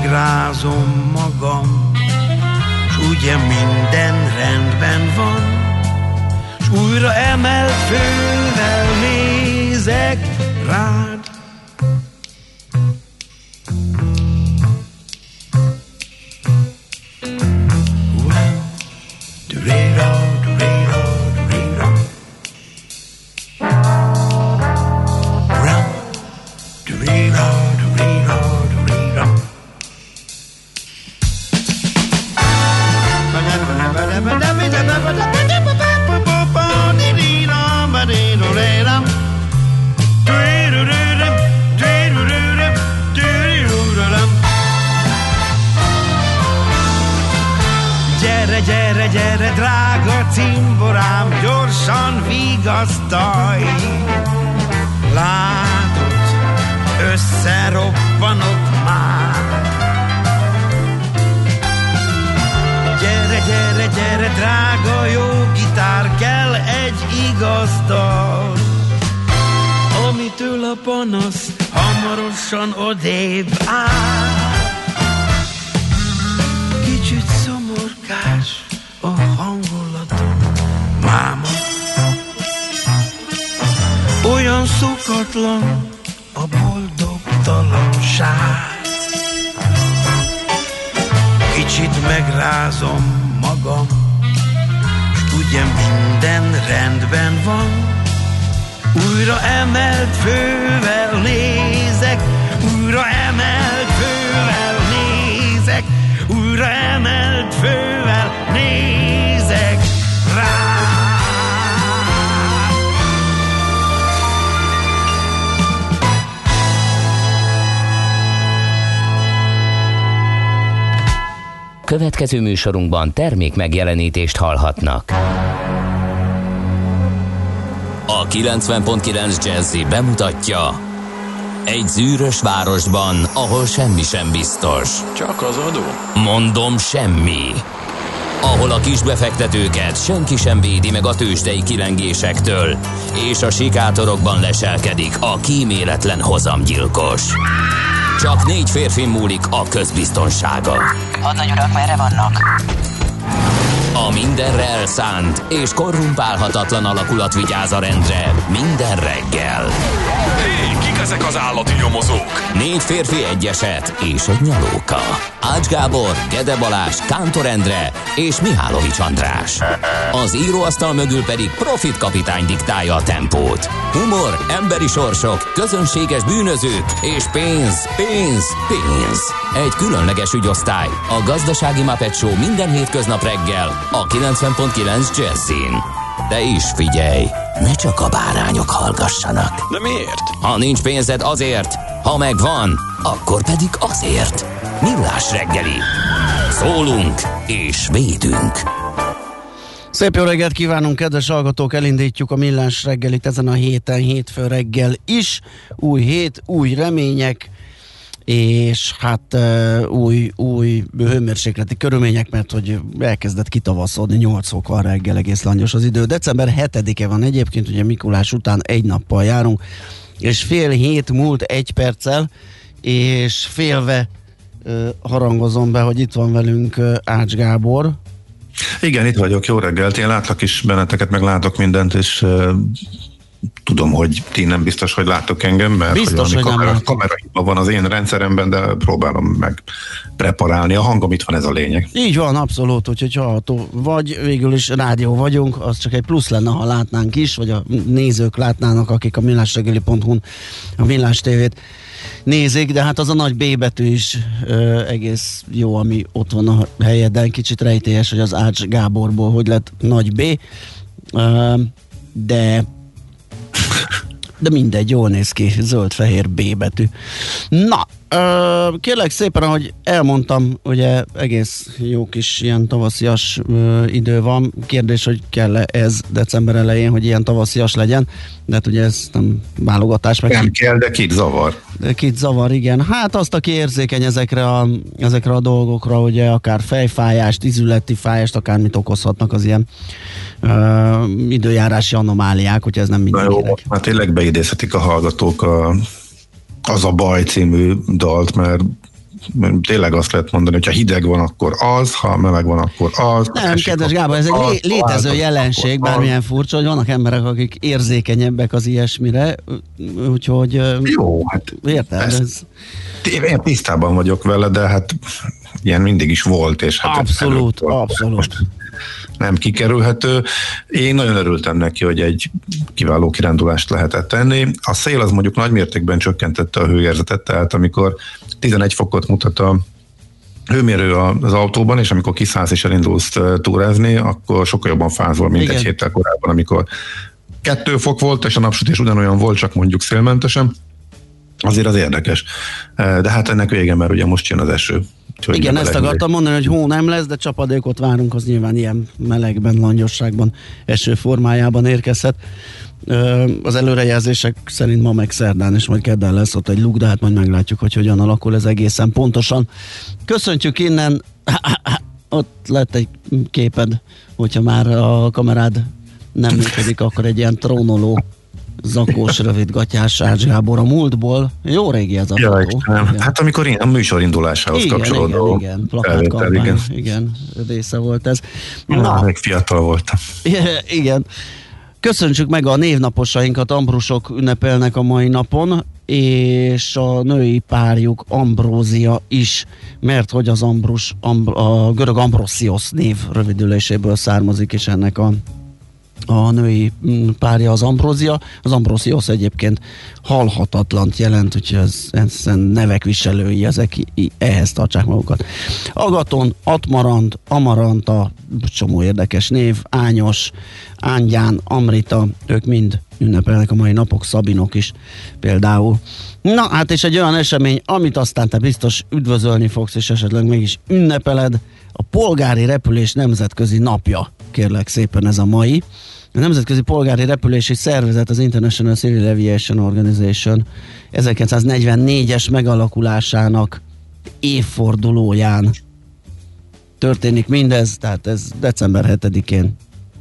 megrázom magam, s ugye minden rendben van, s újra emelt fővel nézek rád. Gyere, drága cimborám, gyorsan vigasztalj. Látod, összeroppanok már. Gyere, drága jó gitár, kell egy igaz dal, amitől a panasz hamarosan odébb áll. Kicsit szomorkás a hangulatom, máma, olyan szokatlan a boldogtalanság. Kicsit megrázom magam, s ugye minden rendben van, újra emelt fővel nézek, újra emelt fővel nézek, újra emelt fővel nézek rá. Következő műsorunkban termék megjelenítést hallhatnak. A 90.9 Jazzy bemutatja: egy zűrös városban, ahol semmi sem biztos. Csak az adó? Mondom, semmi. Ahol a kisbefektetőket senki sem védi meg a tőzsdei kilengésektől, és a sikátorokban leselkedik a kíméletlen hozamgyilkos. Csak 4 férfi múlik a közbiztonsága. Hadnagy urak, merre vannak? A mindenre elszánt és korrumpálhatatlan alakulat vigyáz a rendre minden reggel. Hé, kik ezek az állati nyomozók? 4 férfi, egy eset és egy nyalóka. Ács Gábor, Gede Balázs, Kántor Endre és Mihálovics András. Az íróasztal mögül pedig Profit kapitány diktálja a tempót. Humor, emberi sorsok, közönséges bűnözők és pénz, pénz, pénz. Egy különleges ügyosztály, a Gazdasági Muppet Show minden hétköznap reggel a 90.9 Jazzyn. De is figyelj, ne csak a bárányok hallgassanak. De miért? Ha nincs pénzed, azért, ha megvan, akkor pedig azért. Millás reggeli. Szólunk és védünk. Szép jó reggelt kívánunk, kedves hallgatók! Elindítjuk a Millás reggelit ezen a héten, hétfő reggel is. Új hét, új remények, és hát új hőmérsékleti körülmények, mert hogy elkezdett kitavaszodni, 8 fok van reggel, egész langyos az idő. December 7-e van egyébként, ugye Mikulás után egy nappal járunk, és 6:30 múlt 1 perccel, és félve harangozom be, hogy itt van velünk Ács Gábor. Igen, itt vagyok, jó reggelt, én látlak is benneteket, meg látok mindent, és tudom, hogy ti nem biztos, hogy láttok engem, mert biztos, hogy kamerahiba van az én rendszeremben, de próbálom meg preparálni. A hangom itt van, ez a lényeg. Így van, abszolút, úgyhogy hallható vagy, végül is rádió vagyunk, az csak egy plusz lenne, ha látnánk is, vagy a nézők látnának, akik a millásreggeli.hu-n a Millás tévét nézik, de hát az a nagy B betű is egész jó, ami ott van a helyeden, kicsit rejtélyes, hogy az Ács Gáborból hogy lett nagy B, de mindegy, jól néz ki, zöld-fehér B betű. Na, kérlek szépen, ahogy elmondtam, ugye egész jó kis ilyen tavaszias idő van. Kérdés, hogy kell-e ez december elején, hogy ilyen tavaszias legyen, de hát ugye ez nem válogatás. Meg nem kell, de kit zavar. Kit zavar, igen. Hát azt, aki érzékeny ezekre a dolgokra, ugye akár fejfájást, izületi fájást, akármit okozhatnak az ilyen időjárási anomáliák, hogy ez nem mindenkinek. Hát tényleg beidézhetik a hallgatók Az a baj című dalt, mert tényleg azt lehet mondani, hogy ha hideg van, akkor az, ha meleg van, akkor az. Nem, kedves Gábor, ez egy létező jelenség, bármilyen furcsa, hogy vannak emberek, akik érzékenyebbek az ilyesmire, úgyhogy jó, hát érted? Én tisztában vagyok vele, de hát ilyen mindig is volt, és hát abszolút. Most nem kikerülhető. Én nagyon örültem neki, hogy egy kiváló kirándulást lehetett tenni. A szél az mondjuk nagy mértékben csökkentette a hőérzetet, tehát amikor 11 fokot mutat a hőmérő az autóban, és amikor kiszállsz és elindulsz túrázni, akkor sokkal jobban fázol, mint egy héttel korábban, amikor 2 fok volt, és a napsütés ugyanolyan volt, csak mondjuk szélmentesen. Azért az érdekes. De hát ennek vége, mert ugye most jön az eső. Igen, ezt akartam mondani, hogy hó nem lesz, de csapadékot várunk, az nyilván ilyen melegben, langyosságban, eső formájában érkezhet. Az előrejelzések szerint ma meg szerdán, és majd kedden lesz ott egy luk, de hát majd meglátjuk, hogy hogyan alakul ez egészen pontosan. Köszöntjük innen, ott lett egy képed, hogyha már a kamerád nem működik, akkor egy ilyen trónoló zakós, rövidgatyás Ács Gábor a múltból. Jó régi ez a fotó. Hát amikor a műsor indulásához kapcsolódó. Igen, plakátkampány, igen, része volt ez. Még fiatal voltam. Igen. Köszöntsük meg a névnaposainkat, Ambrusok ünnepelnek a mai napon, és a női párjuk Ambrózia is, mert hogy az Ambrus, a görög Ambrosios név rövidüléséből származik, és ennek a női párja az Ambrózia. Az Ambrosios egyébként halhatatlant jelent, úgyhogy ez nevek viselői, ezek ehhez tartsák magukat. Agaton, Atmarant, Amaranta, csomó érdekes név, Ányos, Ángyán, Amrita, ők mind ünnepelnek a mai napok, Szabinok is például. Na hát, és egy olyan esemény, amit aztán te biztos üdvözölni fogsz, és esetleg mégis ünnepeled, a polgári repülés nemzetközi napja, kérlek szépen, ez a mai. A Nemzetközi Polgári Repülési Szervezet, az International Civil Aviation Organization 1944-es megalakulásának évfordulóján történik mindez, tehát ez december 7-én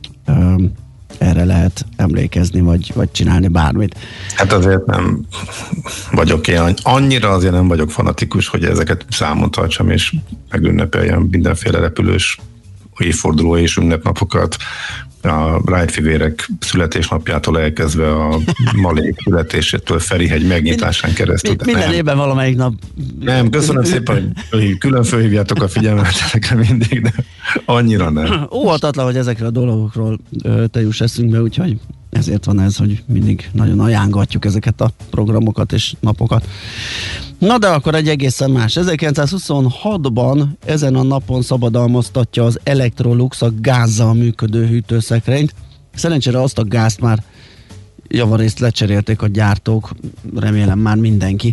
erre lehet emlékezni, vagy csinálni bármit. Hát azért nem vagyok annyira azért nem vagyok fanatikus, hogy ezeket számon tartsam, és megünnepeljem mindenféle repülős évforduló és ünnepnapokat, a Wright-fivérek születésnapjától elkezdve a Malék születésétől Ferihegy megnyitásán keresztül. Minden évben valamelyik nap. Nem, köszönöm szépen, hogy külön fölhívjátok a figyelmet ezekre mindig, de annyira nem. Óhatatlan, hogy ezekre a dolgokról te juss eszünkbe, úgyhogy ezért van ez, hogy mindig nagyon ajángatjuk ezeket a programokat és napokat. Na de akkor egy egészen más. 1926-ban ezen a napon szabadalmaztatja az Electrolux a gázzal működő hűtőszekrényt. Szerencsére azt a gázt már javarészt lecserélték a gyártók, remélem már mindenki,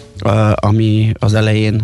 ami az elején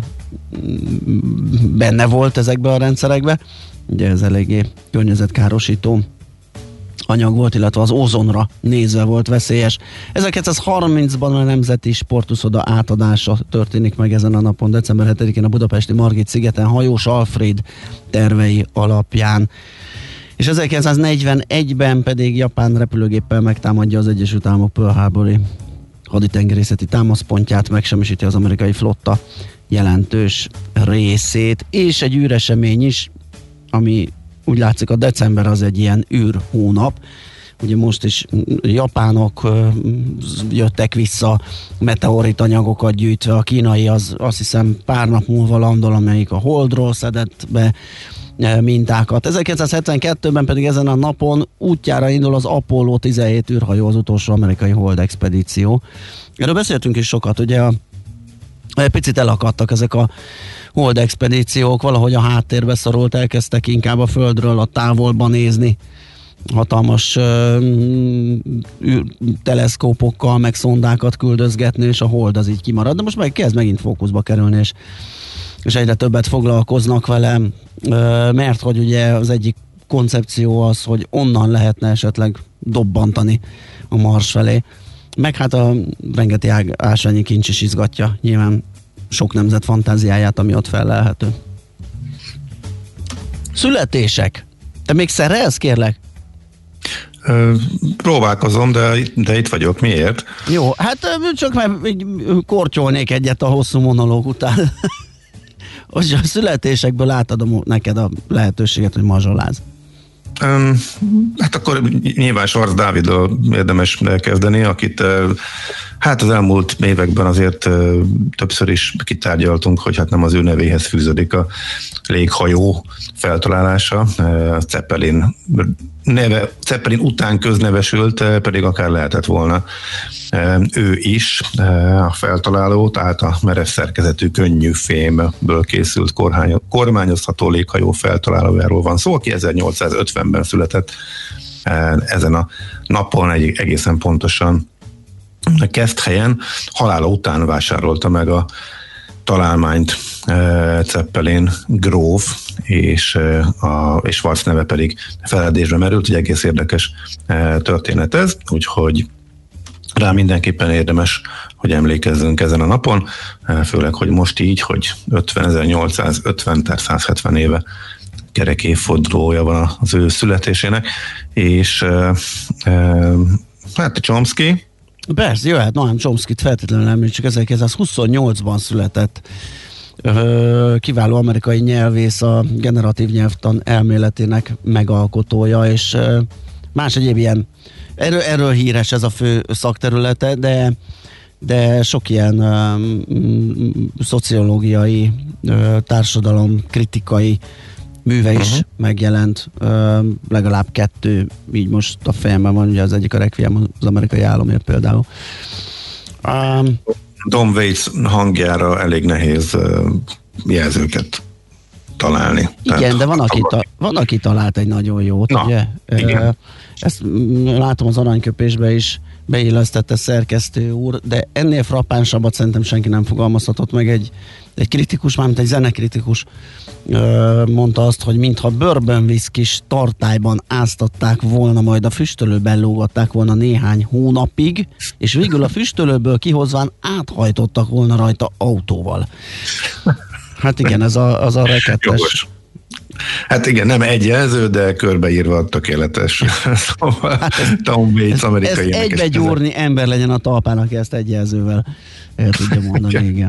benne volt ezekbe a rendszerekbe. Ugye ez eléggé környezetkárosító anyag volt, illetve az ózonra nézve volt veszélyes. 1930-ban a Nemzeti Sportuszoda átadása történik meg ezen a napon, december 7-én a budapesti Margit szigeten Hajós Alfréd tervei alapján. És 1941-ben pedig japán repülőgéppel megtámadja az Egyesült Államok Pearl Harbor-i haditengerészeti támaszpontját, megsemmisíti az amerikai flotta jelentős részét, és egy űresemény is, ami úgy látszik, a december az egy ilyen űrhónap. Ugye most is japánok jöttek vissza meteoritanyagokat gyűjtve, a kínai az azt hiszem pár nap múlva landol, amelyik a Holdról szedett be mintákat. 1972-ben pedig ezen a napon útjára indul az Apollo 17 űrhajó, az utolsó amerikai Hold expedíció. Erről beszéltünk is sokat, ugye picit elakadtak ezek a Hold expedíciók, valahogy a háttérbe szorult, elkezdtek inkább a Földről a távolba nézni, hatalmas teleszkópokkal, meg szondákat küldözgetni, és a Hold az így kimarad, de most kezd megint fókuszba kerülni, és egyre többet foglalkoznak vele, mert hogy ugye az egyik koncepció az, hogy onnan lehetne esetleg dobbantani a Mars felé, meg hát a rengeteg ásványi kincs is izgatja nyilván sok nemzet fantáziáját, ami ott fellelhető. Születések. Te még szerelsz, kérlek? Próbálkozom, de itt vagyok. Miért? Jó, hát csak már kortyolnék egyet a hosszú monológ után. hogy a születésekből átadom neked a lehetőséget, hogy mazsoláz. Hát akkor nyilván Schwarz Dáviddal érdemes elkezdeni, akit hát az elmúlt években azért többször is kitárgyaltunk, hogy hát nem az ő nevéhez fűződik a léghajó feltalálása. Zeppelin után köznevesült, pedig akár lehetett volna ő is a feltaláló, tehát a merev szerkezetű könnyű fémből készült kormányozható léghajó feltalálójáról van szó, aki 1850-ben született ezen a napon, egészen pontosan Keszthelyen. Halála után vásárolta meg a találmányt Zeppelin gróf, és Schwarz neve pedig feledésbe merült, egy egész érdekes történet ez, úgyhogy rá mindenképpen érdemes, hogy emlékezzünk ezen a napon, főleg, hogy most így, hogy 50.850, tehát 170 éve kerek évfordulója van az ő születésének, és hát Chomsky. Persze, jöhet Noam Chomskyt feltétlenül említsük, 1928-ban született kiváló amerikai nyelvész, a generatív nyelvtan elméletének megalkotója, és más egyéb ilyen, erről híres ez a fő szakterülete, de sok ilyen szociológiai, társadalomkritikai műve is megjelent, legalább 2, így most a fejemben van, ugye az egyik a Requiem az amerikai álomért például. Tom Waits hangjára elég nehéz jelzőket találni. Igen, tehát, de van, aki talált egy nagyon jót, ugye? Igen. Ezt látom az aranyköpésbe is beillesztette szerkesztő úr, de ennél frappánsabbat szerintem senki nem fogalmazhatott meg. Egy kritikus, mármint egy zenekritikus mondta azt, hogy mintha bourbon whisky-s tartályban áztatták volna, majd a füstölőben lógatták volna néhány hónapig, és végül a füstölőből kihozván áthajtottak volna rajta autóval. Hát igen, ez az a rekettes. Jogos. Hát igen, nem egy jelző, de körbeírva tökéletes. Szóval hát Tom Waits amerikai énekes. Egybe gyúrni ember legyen a talpán, aki ezt egy jelzővel el tudja mondani, igen.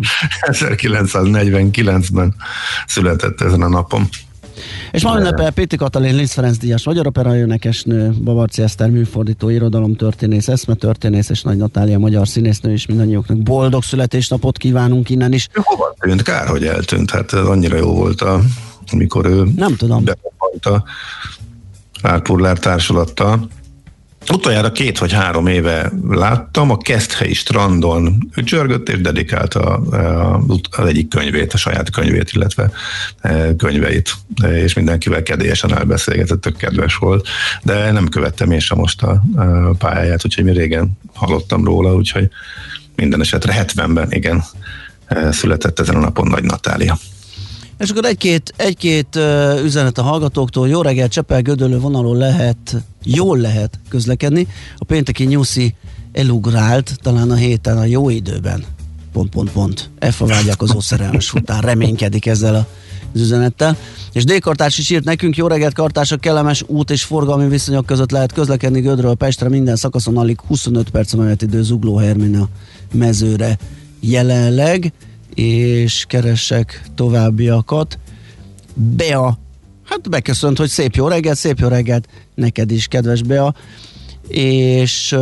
1949-ben született ezen a napon. És ma ünnepel Péti Katalin, Liszt Ferenc díjas magyar opera énekesnő, Bavarczy Eszter műfordító, irodalomtörténész, eszmetörténész, és Nagy Natália magyar színésznő, és mindannyiuknak boldog születésnapot kívánunk innen is. Hova tűnt? Kár, hogy eltűnt. Hát ez annyira jó volt, amikor ő bepapant a Árpurlár társulattal. Utoljára 2 vagy 3 éve láttam, a Keszthelyi strandon csörgött és dedikálta az egyik könyvét, a saját könyvét, illetve könyveit, és mindenkivel kedélyesen elbeszélgetett, tök kedves volt, de nem követtem én sem most a pályáját, úgyhogy mi régen hallottam róla, úgyhogy minden esetre 70-ben, igen, született ezen a napon Nagy Natália. És akkor egy-két üzenet a hallgatóktól. Jó reggel, Csepel-Gödöllő vonalon jól lehet közlekedni. A pénteki nyuszi elugrált, talán a héten a jó időben. ... F a vágyakozó szerelmes után reménykedik ezzel az üzenettel. És D-kartárs is írt nekünk: jó reggelt, kartársak, kellemes út és forgalmi viszonyok között lehet közlekedni Gödről Pestre, minden szakaszon alig 25 perc a menetidő Zugló Hermina mezőre jelenleg, és keresek továbbiakat. Bea, hát beköszönt, hogy szép jó reggelt neked is, kedves Bea, és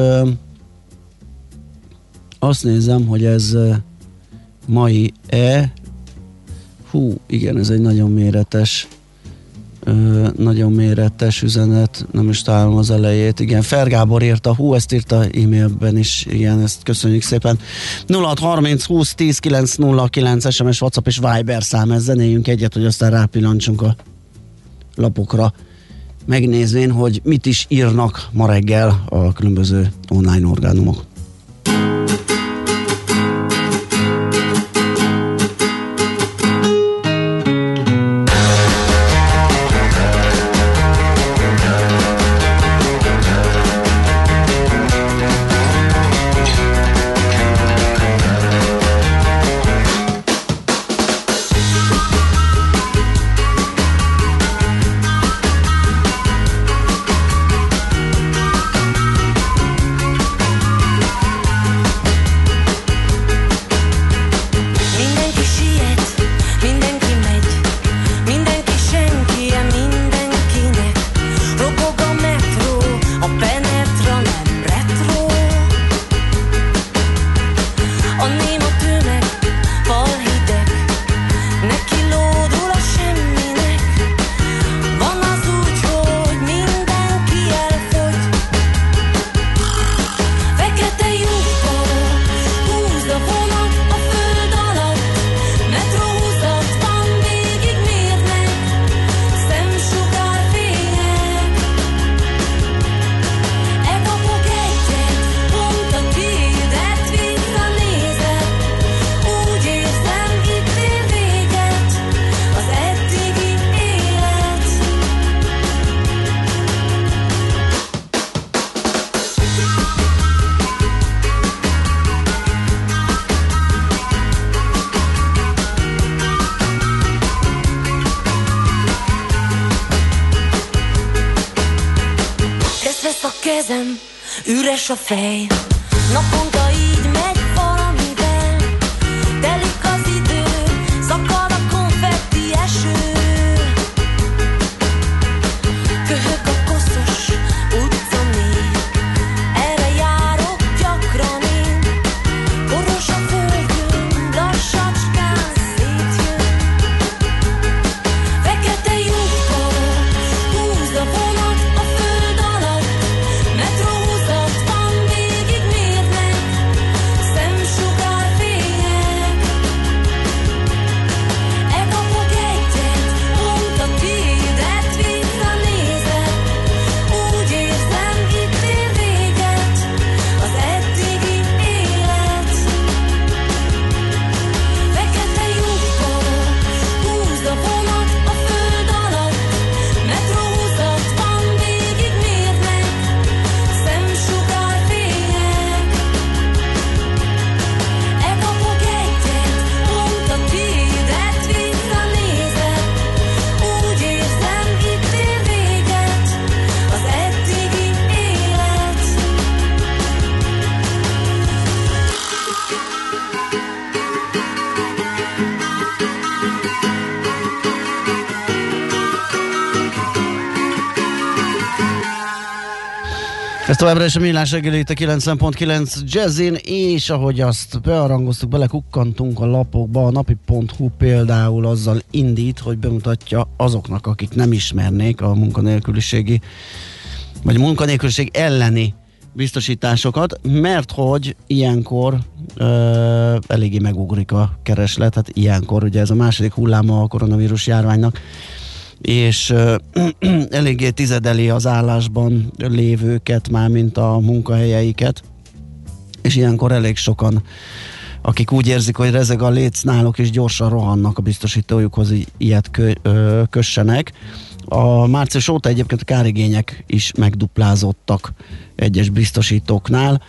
azt nézem, hogy ez mai-e, igen, ez egy nagyon méretes üzenet, nem is találom az elejét. Igen, Fergábor írta, ezt írta e-mailben is, igen, ezt köszönjük szépen. 0630 20 10 909 SMS, WhatsApp és Viber szám, ez zenéljünk egyet, hogy aztán rápillantsunk a lapokra, megnézvén, hogy mit is írnak ma reggel a különböző online orgánumok. kezem, üres a fej. Naponta így megy valamivel, telik az idő, szakad a konfetti eső. Köhög a koszos utcanél, erre járok gyakran én. Boros a földön, lassacskán szétjön. Fekete lyukkal húz a vonat a föld alatt, metróhúzat van végig mérnek, szemsugárfények. Elkapok egyet, pont a tiédet visszanézek, úgy érzem, itt ér véget az eddigi élet. Fekete lyukkal húz a vonat a föld alatt, metróhúzat van végig mérnek, szemsugárfények. Elkapok egyet, pont a tiédet visszanézek, úgy érzem, itt ér véget az eddigi élet. Ez továbbra is a Millás reggeli itt a 90.9 Jazzin, és ahogy azt bearangoztuk, belekukkantunk a lapokba, a napi.hu például azzal indít, hogy bemutatja azoknak, akik nem ismernék a munkanélküliségi, vagy munkanélküliség elleni biztosításokat, mert hogy ilyenkor eléggé megugrik a kereslet, hát ilyenkor ugye ez a második hulláma a koronavírus járványnak, és eléggé tizedeli az állásban lévőket, mármint a munkahelyeiket, és ilyenkor elég sokan, akik úgy érzik, hogy rezeg a léc náluk, és gyorsan rohannak a biztosítójukhoz, hogy ilyet kössenek. A március óta egyébként a kárigények is megduplázottak egyes biztosítóknál,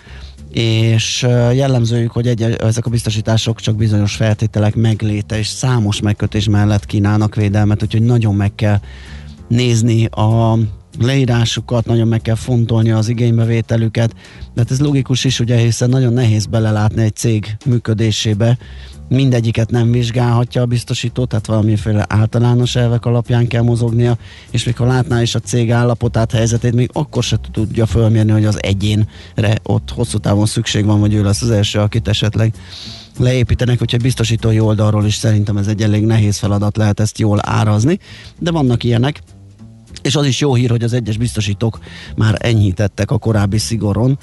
és jellemzőjük, hogy ezek a biztosítások csak bizonyos feltételek megléte és számos megkötés mellett kínálnak védelmet, úgyhogy nagyon meg kell nézni a leírásukat, nagyon meg kell fontolni az igénybevételüket, de hát ez logikus is, ugye, hiszen nagyon nehéz belelátni egy cég működésébe, mindegyiket nem vizsgálhatja a biztosító, tehát valamiféle általános elvek alapján kell mozognia, és mikor látná is a cég állapotát, helyzetét, még akkor se tudja fölmérni, hogy az egyénre ott hosszú távon szükség van, vagy ő lesz az első, akit esetleg leépítenek, úgyhogy biztosítói oldalról is szerintem ez egy elég nehéz feladat, lehet ezt jól árazni, de vannak ilyenek, és az is jó hír, hogy az egyes biztosítók már enyhítettek a korábbi szigoron.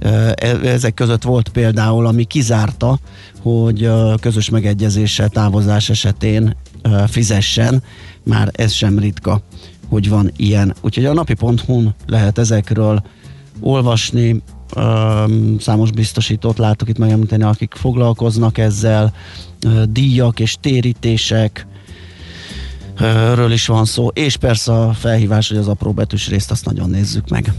Ezek között volt például, ami kizárta, hogy közös megegyezéssel távozás esetén fizessen, már ez sem ritka, hogy van ilyen. Úgyhogy a napi.hu-n lehet ezekről olvasni, számos biztosítót látok itt megemlíteni, akik foglalkoznak ezzel, díjak és térítések, ről is van szó, és persze a felhívás, hogy az apróbetűs részt azt nagyon nézzük meg.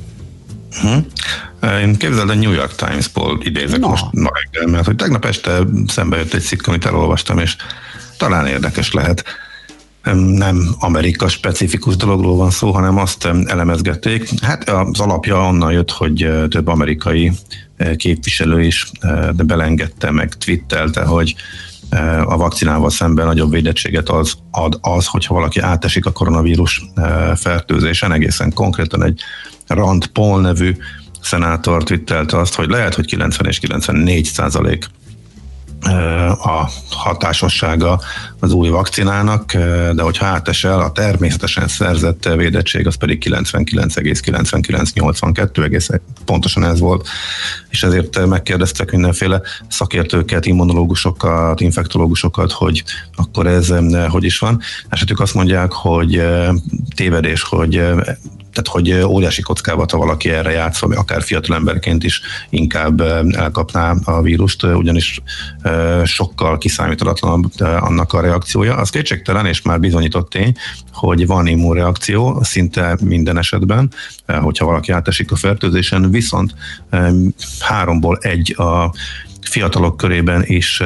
Én képzeld, a New York Times-ból idézek most ma reggel, mert hogy tegnap este szembe jött egy cikk, amit elolvastam, és talán érdekes lehet. Nem Amerika specifikus dologról van szó, hanem azt elemezgették. Hát az alapja onnan jött, hogy több amerikai képviselő is belengedte, meg twittelte, hogy a vakcinával szemben nagyobb védettséget ad az, hogyha valaki átesik a koronavírus fertőzésen. Egészen konkrétan egy Rand Paul nevű szenátor twittelte azt, hogy lehet, hogy 90 és 94% a hatásossága az új vakcinának, de hogyha átesel, a természetesen szerzett védettség az pedig 99,9982, egész pontosan ez volt, és ezért megkérdeztek mindenféle szakértőket, immunológusokat, infektológusokat, hogy akkor ez hogy is van. Esetük azt mondják, hogy tévedés, tehát hogy óriási kockával, ha valaki erre játszol, akár fiatalemberként is inkább elkapná a vírust, ugyanis sokkal kiszámíthatatlanabb annak a reakciója. Az kétségtelen, és már bizonyított tény, hogy van immunreakció szinte minden esetben, hogyha valaki átesik a fertőzésen, viszont 3-ból 1 a fiatalok körében is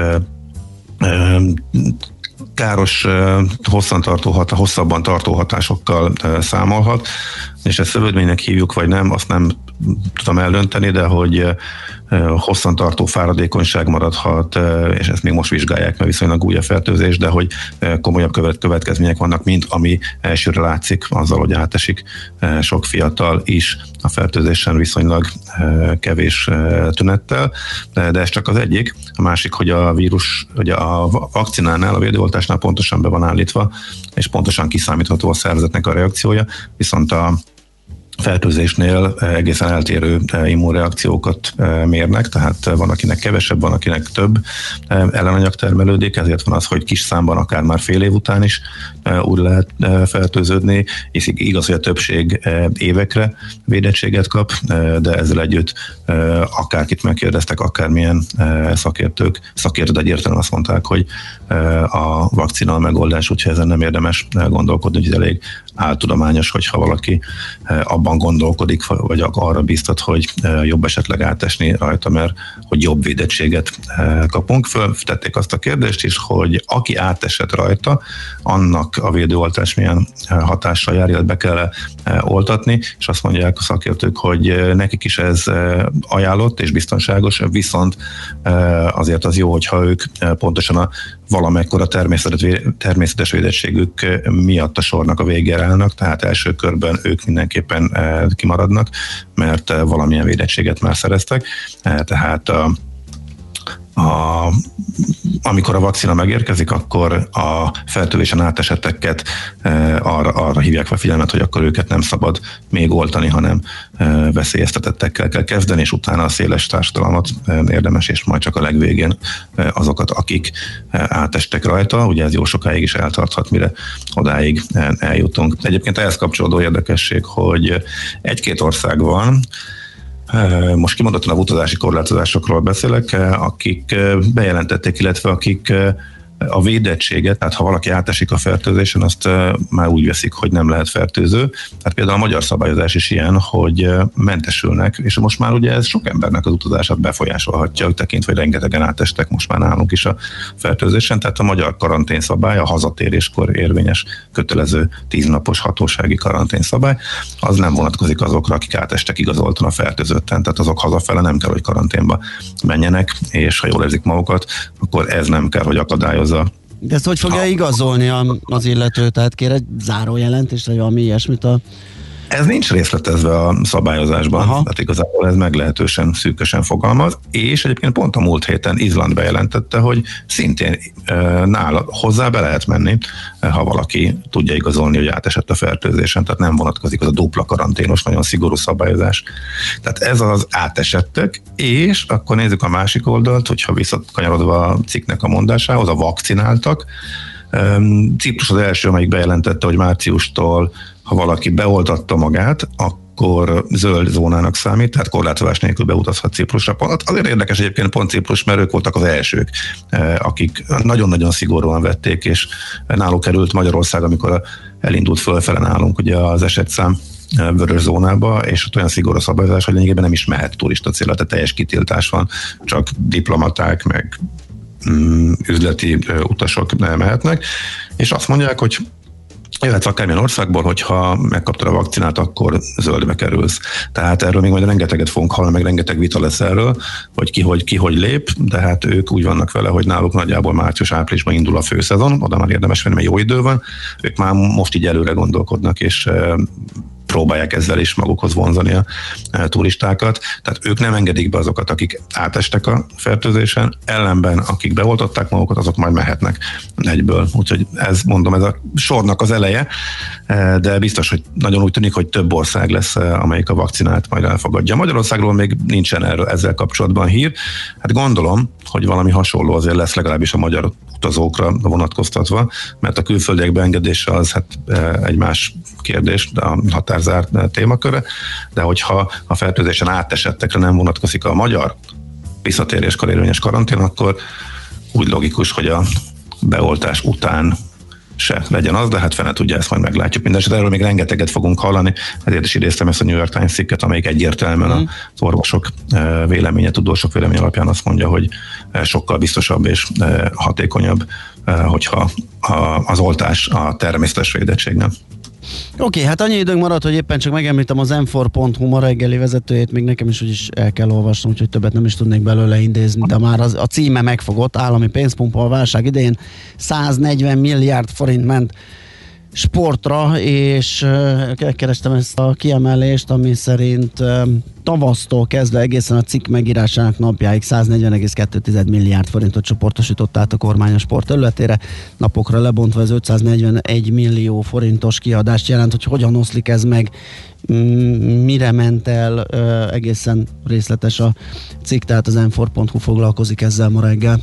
káros, hosszabban tartó hatásokkal számolhat, és ezt szövődménynek hívjuk, vagy nem, azt nem tudom eldönteni, de hogy hosszantartó fáradékonyság maradhat, és ezt még most vizsgálják, mert viszonylag új a fertőzés, de hogy komolyabb következmények vannak, mint ami elsőre látszik azzal, hogy átesik sok fiatal is a fertőzésen viszonylag kevés tünettel, de ez csak az egyik. A másik, hogy a vírus, hogy a vakcinánál, a védőoltásnál pontosan be van állítva, és pontosan kiszámítható a szervezetnek a reakciója, viszont a fertőzésnél egészen eltérő immunreakciókat mérnek, tehát van, akinek kevesebb, van, akinek több ellenanyag termelődik, ezért van az, hogy kis számban, akár már fél év után is úgy lehet fertőződni, és igaz, hogy a többség évekre védettséget kap, de ezzel együtt akárkit megkérdeztek, akármilyen szakértők egyértelműen azt mondták, hogy a vakcina a megoldás, úgyhogy ezen nem érdemes gondolkodni, hogy elég áltudományos, hogyha valaki abban gondolkodik, vagy arra biztat, hogy jobb esetleg átesni rajta, mert hogy jobb védettséget kapunk. Föltették azt a kérdést is, hogy aki átesett rajta, annak a védőoltás milyen hatással jár, illetve be kell oltatni, és azt mondják a szakértők, hogy nekik is ez ajánlott és biztonságos, viszont azért az jó, hogyha ők pontosan a valamekkora természetes védettségük miatt a sornak a végére állnak, tehát első körben ők mindenképpen kimaradnak, mert valamilyen védettséget már szereztek, tehát amikor a vakcina megérkezik, akkor a fertőzésen átesetteket arra hívják fel figyelmet, hogy akkor őket nem szabad még oltani, hanem veszélyeztetettekkel kell kezdeni, és utána a széles társadalmat érdemes, és majd csak a legvégén azokat, akik átestek rajta. Ugye ez jó sokáig is eltarthat, mire odáig eljutunk. Egyébként ehhez kapcsolódó érdekesség, hogy egy-két ország van, most kimondottan a utazási korlátozásokról beszélek, akik bejelentették, illetve akik a védettséget, tehát ha valaki átesik a fertőzésen, azt már úgy veszik, hogy nem lehet fertőző. Tehát például a magyar szabályozás is ilyen, hogy mentesülnek, és most már ugye ez sok embernek az utazását befolyásolhatja, tekintve, hogy rengetegen átestek most már nálunk is a fertőzésen, tehát a magyar karanténszabály, a hazatéréskor érvényes, kötelező 10 napos hatósági karanténszabály, az nem vonatkozik azokra, akik átestek igazoltan a fertőzötten, tehát azok hazafele nem kell, hogy karanténba menjenek, és ha jól érzik magukat, akkor ez nem kell, hogy akadályozza. De ezt hogy fogja igazolni az illető? Tehát kér egy zárójelentést, vagy valami ilyesmit Ez nincs részletezve a szabályozásban, tehát igazából ez meglehetősen szűkösen fogalmaz, és egyébként pont a múlt héten Izland bejelentette, hogy szintén nála hozzá be lehet menni, ha valaki tudja igazolni, hogy átesett a fertőzésen, tehát nem vonatkozik az a dupla karanténos, nagyon szigorú szabályozás. Tehát ez az átesettek, és akkor nézzük a másik oldalt, hogyha visszakanyarodva a cikknek a mondásához, a vakcináltak. Ciprus az első, amelyik bejelentette, hogy márciustól, ha valaki beoltatta magát, akkor zöld zónának számít, tehát korlátozás nélkül beutazhat Ciprusra. Azért érdekes egyébként pont Ciprus, mert ők voltak az elsők, akik nagyon-nagyon szigorúan vették, és náluk került Magyarország, amikor elindult fölfele nálunk ugye az esetszám vörös zónába, és ott olyan szigorú szabályozás, hogy lényegében nem is mehet turista célra, tehát teljes kitiltás van, csak diplomaták, meg üzleti utasok mehetnek, és azt mondják, hogy jöhetsz akármilyen országból, hogyha megkaptad a vakcinát, akkor zöldbe kerülsz. Tehát erről még majd rengeteget fogunk hallani, meg rengeteg vita lesz erről, hogy ki hogy lép, de hát ők úgy vannak vele, hogy náluk nagyjából március-áprilisban indul a főszezon, oda már érdemes venni, mert jó idő van, ők már most így előre gondolkodnak, és próbálják ezzel is magukhoz vonzani a turistákat. Tehát ők nem engedik be azokat, akik átestek a fertőzésen, ellenben akik beoltották magukat, azok majd mehetnek egyből. Úgyhogy ez a sornak az eleje, de biztos, hogy nagyon úgy tűnik, hogy több ország lesz, amelyik a vakcinát majd elfogadja. Magyarországról még nincsen ezzel kapcsolatban hír. Hát gondolom, hogy valami hasonló azért lesz legalábbis a magyar utazókra vonatkoztatva, mert a külföldiek beengedése az egy más kérdés, de a határzárt témaköre, de hogyha a fertőzésen átesettekre nem vonatkozik a magyar visszatéréskor érvényes karantén, akkor úgy logikus, hogy a beoltás után se legyen az, de hát fene tudja, ezt majd meglátjuk. Mindenesetre erről még rengeteget fogunk hallani, ezért is idéztem ezt a New York Times cikket, amelyik egyértelműen az orvosok véleménye, tudósok véleménye alapján azt mondja, hogy sokkal biztosabb és hatékonyabb, hogyha az oltás a természetes védettségnek. Oké, hát annyi időnk maradt, hogy éppen csak megemlítem az m4.hu ma reggeli vezetőjét, még nekem is úgyis el kell olvasnom, úgyhogy többet nem is tudnék belőle idézni, de már a címe megfogott. Állami pénzpumpa a válság idején 140 milliárd forint ment sportra, és kerestem ezt a kiemelést, ami szerint tavasztól kezdve egészen a cikk megírásának napjáig 140,2 milliárd forintot csoportosított át a kormány a sport területére. Napokra lebontva ez 541 millió forintos kiadást jelent, hogy hogyan oszlik ez meg, mire ment el, egészen részletes a cikk, tehát az m4.hu foglalkozik ezzel ma reggel.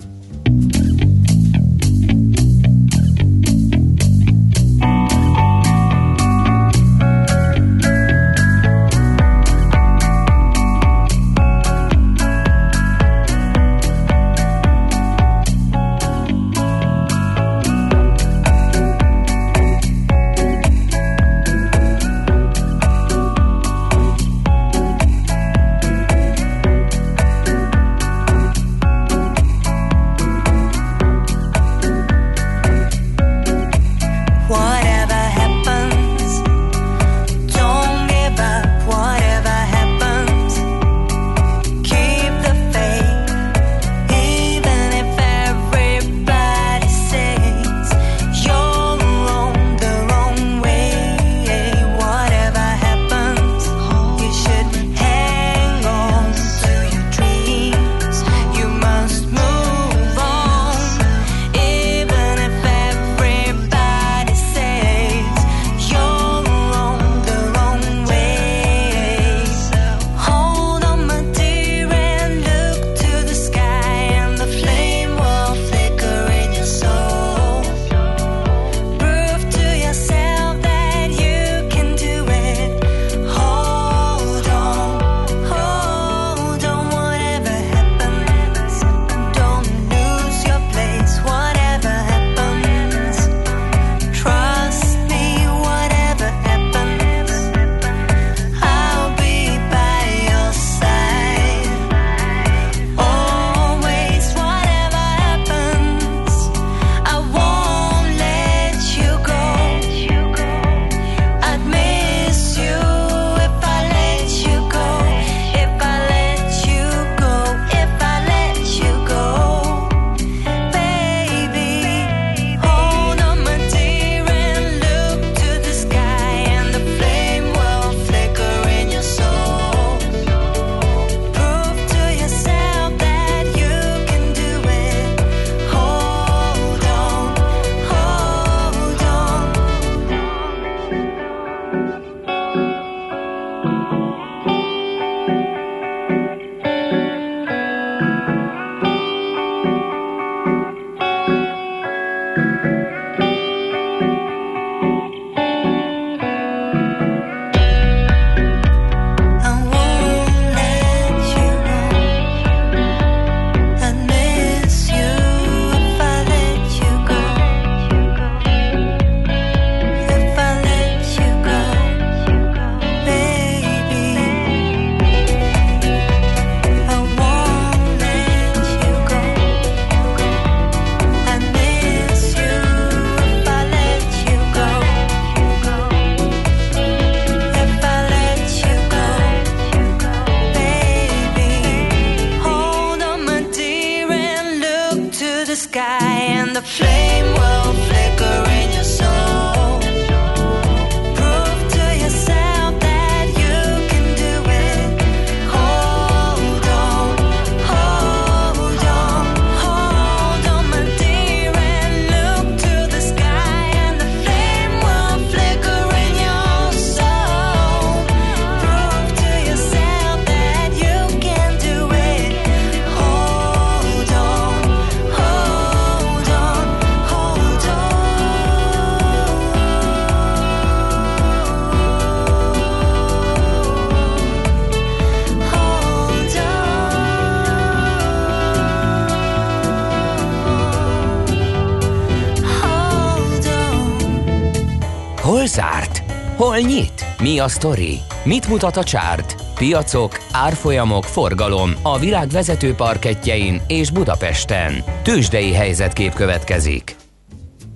Hol zárt? Hol nyit? Mi a sztori? Mit mutat a csárt? Piacok, árfolyamok, forgalom a világ vezető parkettjein és Budapesten. Tőzsdei helyzetkép következik.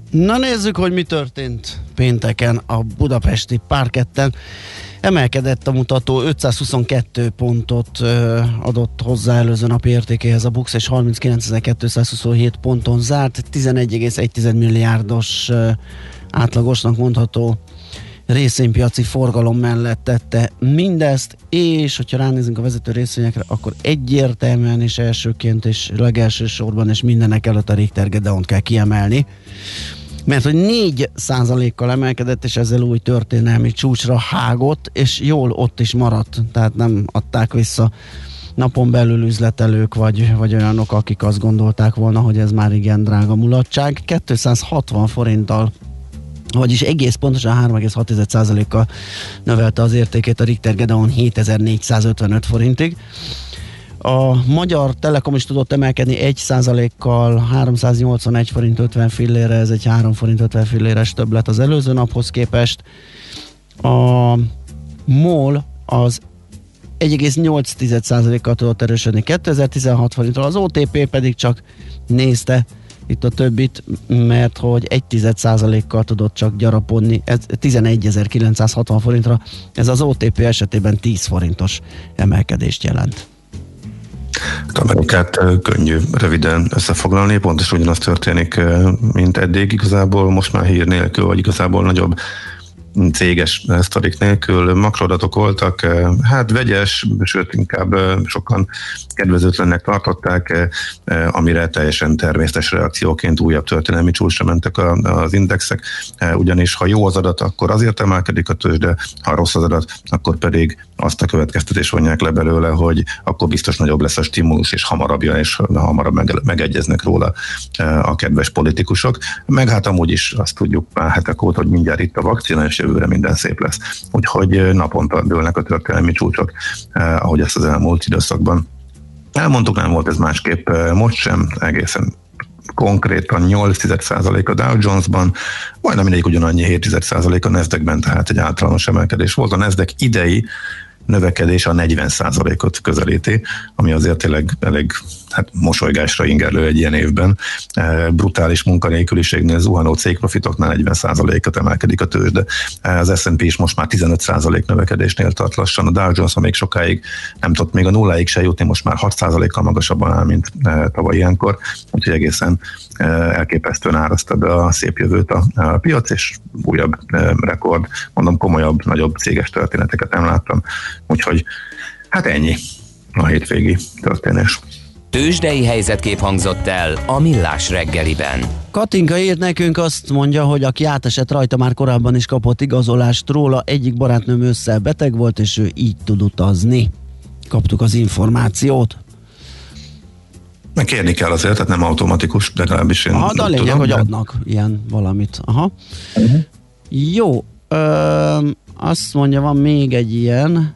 Na nézzük, hogy mi történt pénteken a budapesti parketten. Emelkedett a mutató, 522 pontot adott hozzá előző napi értékéhez a BUX, és 39.227 ponton zárt, 11,1 milliárdos átlagosnak mondható részvénypiaci forgalom mellett tette mindezt, és hogyha ránézünk a vezető részvényekre, akkor egyértelműen és elsőként és legelső sorban és mindenek előtt a Richter Gedeont kell kiemelni, mert hogy 4%-kal emelkedett, és ezzel új történelmi csúcsra hágott, és jól ott is maradt, tehát nem adták vissza napon belül üzletelők, vagy olyanok, akik azt gondolták volna, hogy ez már igen drága mulatság. 260 forinttal, vagyis egész pontosan 3,6%-kal növelte az értékét a Richter Gedeon 7455 forintig. A Magyar Telekom is tudott emelkedni 1%-kal 381 forint 50 fillére, ez egy 3 forint 50 filléres többlet az előző naphoz képest. A MOL az 1,8%-kal tudott erősödni 2016 forintról, az OTP pedig csak nézte itt a többit, mert hogy 1,1%-kal tudott csak gyarapodni, ez 11.960 forintra, ez az OTP esetében 10 forintos emelkedést jelent. Amerikát könnyű röviden összefoglalni, pontosan ugyanaz történik, mint eddig igazából, most már hír nélkül, vagy igazából nagyobb céges sztorik nélkül. Makroadatok voltak, hát vegyes, sőt inkább sokan kedvezőtlennek tartották, amire teljesen természetes reakcióként újabb történelmi csúcsra mentek az indexek, ugyanis ha jó az adat, akkor azért emelkedik a tőzsde, ha rossz az adat, akkor pedig azt a következtetés vonják le belőle, hogy akkor biztos nagyobb lesz a stimulus, és hamarabb jön, és hamarabb megegyeznek róla a kedves politikusok. Meg hát amúgy is azt tudjuk már hetek óta, hogy mindjárt itt a vakcina, és jövőre minden szép lesz. Úgyhogy naponta dőlnek a történelmi csúcsok, ahogy ezt az elmúlt időszakban elmondtuk, nem volt ez másképp, most sem egészen konkrétan 8% a Dow Jonesban, majdnem mindegy ugyanannyi 7% a Nasdaqben, tehát egy általános emelkedés volt. A Nasdaq idei növekedés a 40%-ot közelíti, ami azért tényleg elég mosolygásra ingerlő egy ilyen évben. Brutális munkanélküliségnél, zuhanó cégprofitoknál 40%-ot emelkedik a tőzsde. Az S&P is most már 15% növekedésnél tart lassan. A Dow Jones még sokáig nem tudott még a nulláig se jutni, most már 6%-kal magasabban áll, mint tavaly ilyenkor. Úgyhogy egészen elképesztően áraszta be a szép jövőt a piac, és újabb rekord, mondom, komolyabb, nagyobb céges történeteket nem láttam. Úgyhogy hát ennyi a hétvégi történés. Tőzsdei helyzetkép hangzott el a Millás reggeliben. Katinka írt nekünk, azt mondja, hogy aki átesett rajta, már korábban is kapott igazolást róla, egyik barátnőm ősszel beteg volt, és ő így tud utazni. Kaptuk az információt. Kérni kell azért, tehát nem automatikus, de legalábbis én de a lényeg, tudom, hogy adnak ilyen valamit. Aha. Jó, azt mondja, van még egy ilyen,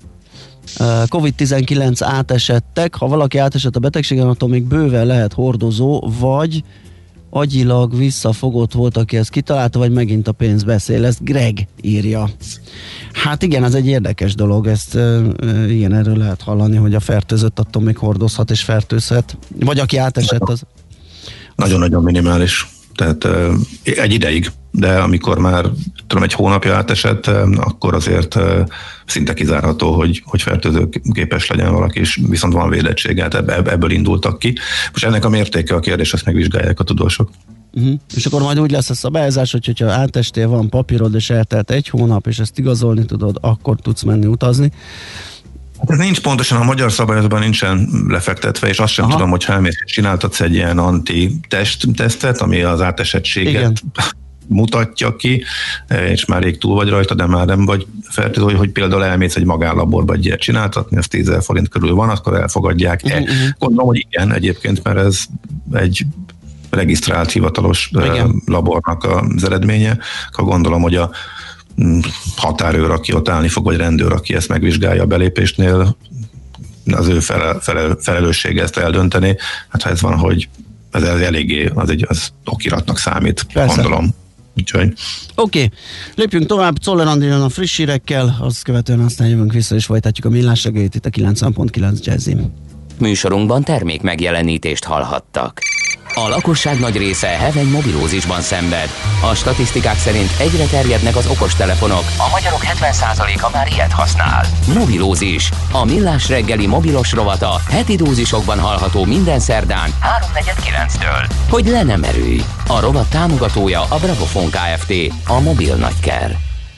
COVID-19 átesettek, ha valaki átesett a betegségen, attól még bőven lehet hordozó, vagy agyilag visszafogott volt, aki ezt kitalálta, vagy megint a pénz beszél. Ezt Greg írja. Hát igen, ez egy érdekes dolog, ezt igen, erről lehet hallani, hogy a fertőzött attól még hordozhat és fertőzhet, vagy aki átesett az... Nagyon-nagyon minimális, tehát egy ideig, de amikor már egy hónapja átesett, akkor azért szinte kizárható, hogy fertőzőképes legyen valaki, és viszont van védettsége, ebből indultak ki. Most ennek a mértéke a kérdés, ezt megvizsgálják a tudósok. És akkor majd úgy lesz a szabályozás, hogyha átestél, van papírod, és eltelt egy hónap, és ezt igazolni tudod, akkor tudsz menni utazni. Ez nincs pontosan, a magyar szabályozatban nincsen lefektetve, és azt sem tudom, hogy ha elmész, csináltatsz egy ilyen anti-tesztet, ami az átesettséget mutatja ki, és már rég túl vagy rajta, de már nem vagy fertőző, hogy például elmész egy magánlaborba egy ilyet csináltatni, az 10 000 forint körül van, akkor elfogadják. Gondolom, hogy igen, egyébként, mert ez egy regisztrált hivatalos labornak az eredménye, akkor gondolom, hogy a határőr, aki ott állni fog, vagy rendőr, aki ezt megvizsgálja a belépésnél, az ő felelőssége ezt eldönteni. Hát ha ez van, hogy ez eléggé, az okiratnak számít, persze. Gondolom. Oké, lépjünk tovább, Czoller Andrán a friss hírekkel, azt követően aztán jövünk vissza, és folytatjuk a Millás reggelyt itt a 90.9 Jazzin. Műsorunkban termék megjelenítést hallhattak. A lakosság nagy része heveny mobilózisban szenved. A statisztikák szerint egyre terjednek az okostelefonok, a magyarok 70%-a már ilyet használ. Mobilózis, a Millás reggeli mobilos rovata heti dózisokban hallható minden szerdán 3:49-től. Hogy le nem erőj. A rovat támogatója a Bravofon Kft. A mobil nagyker.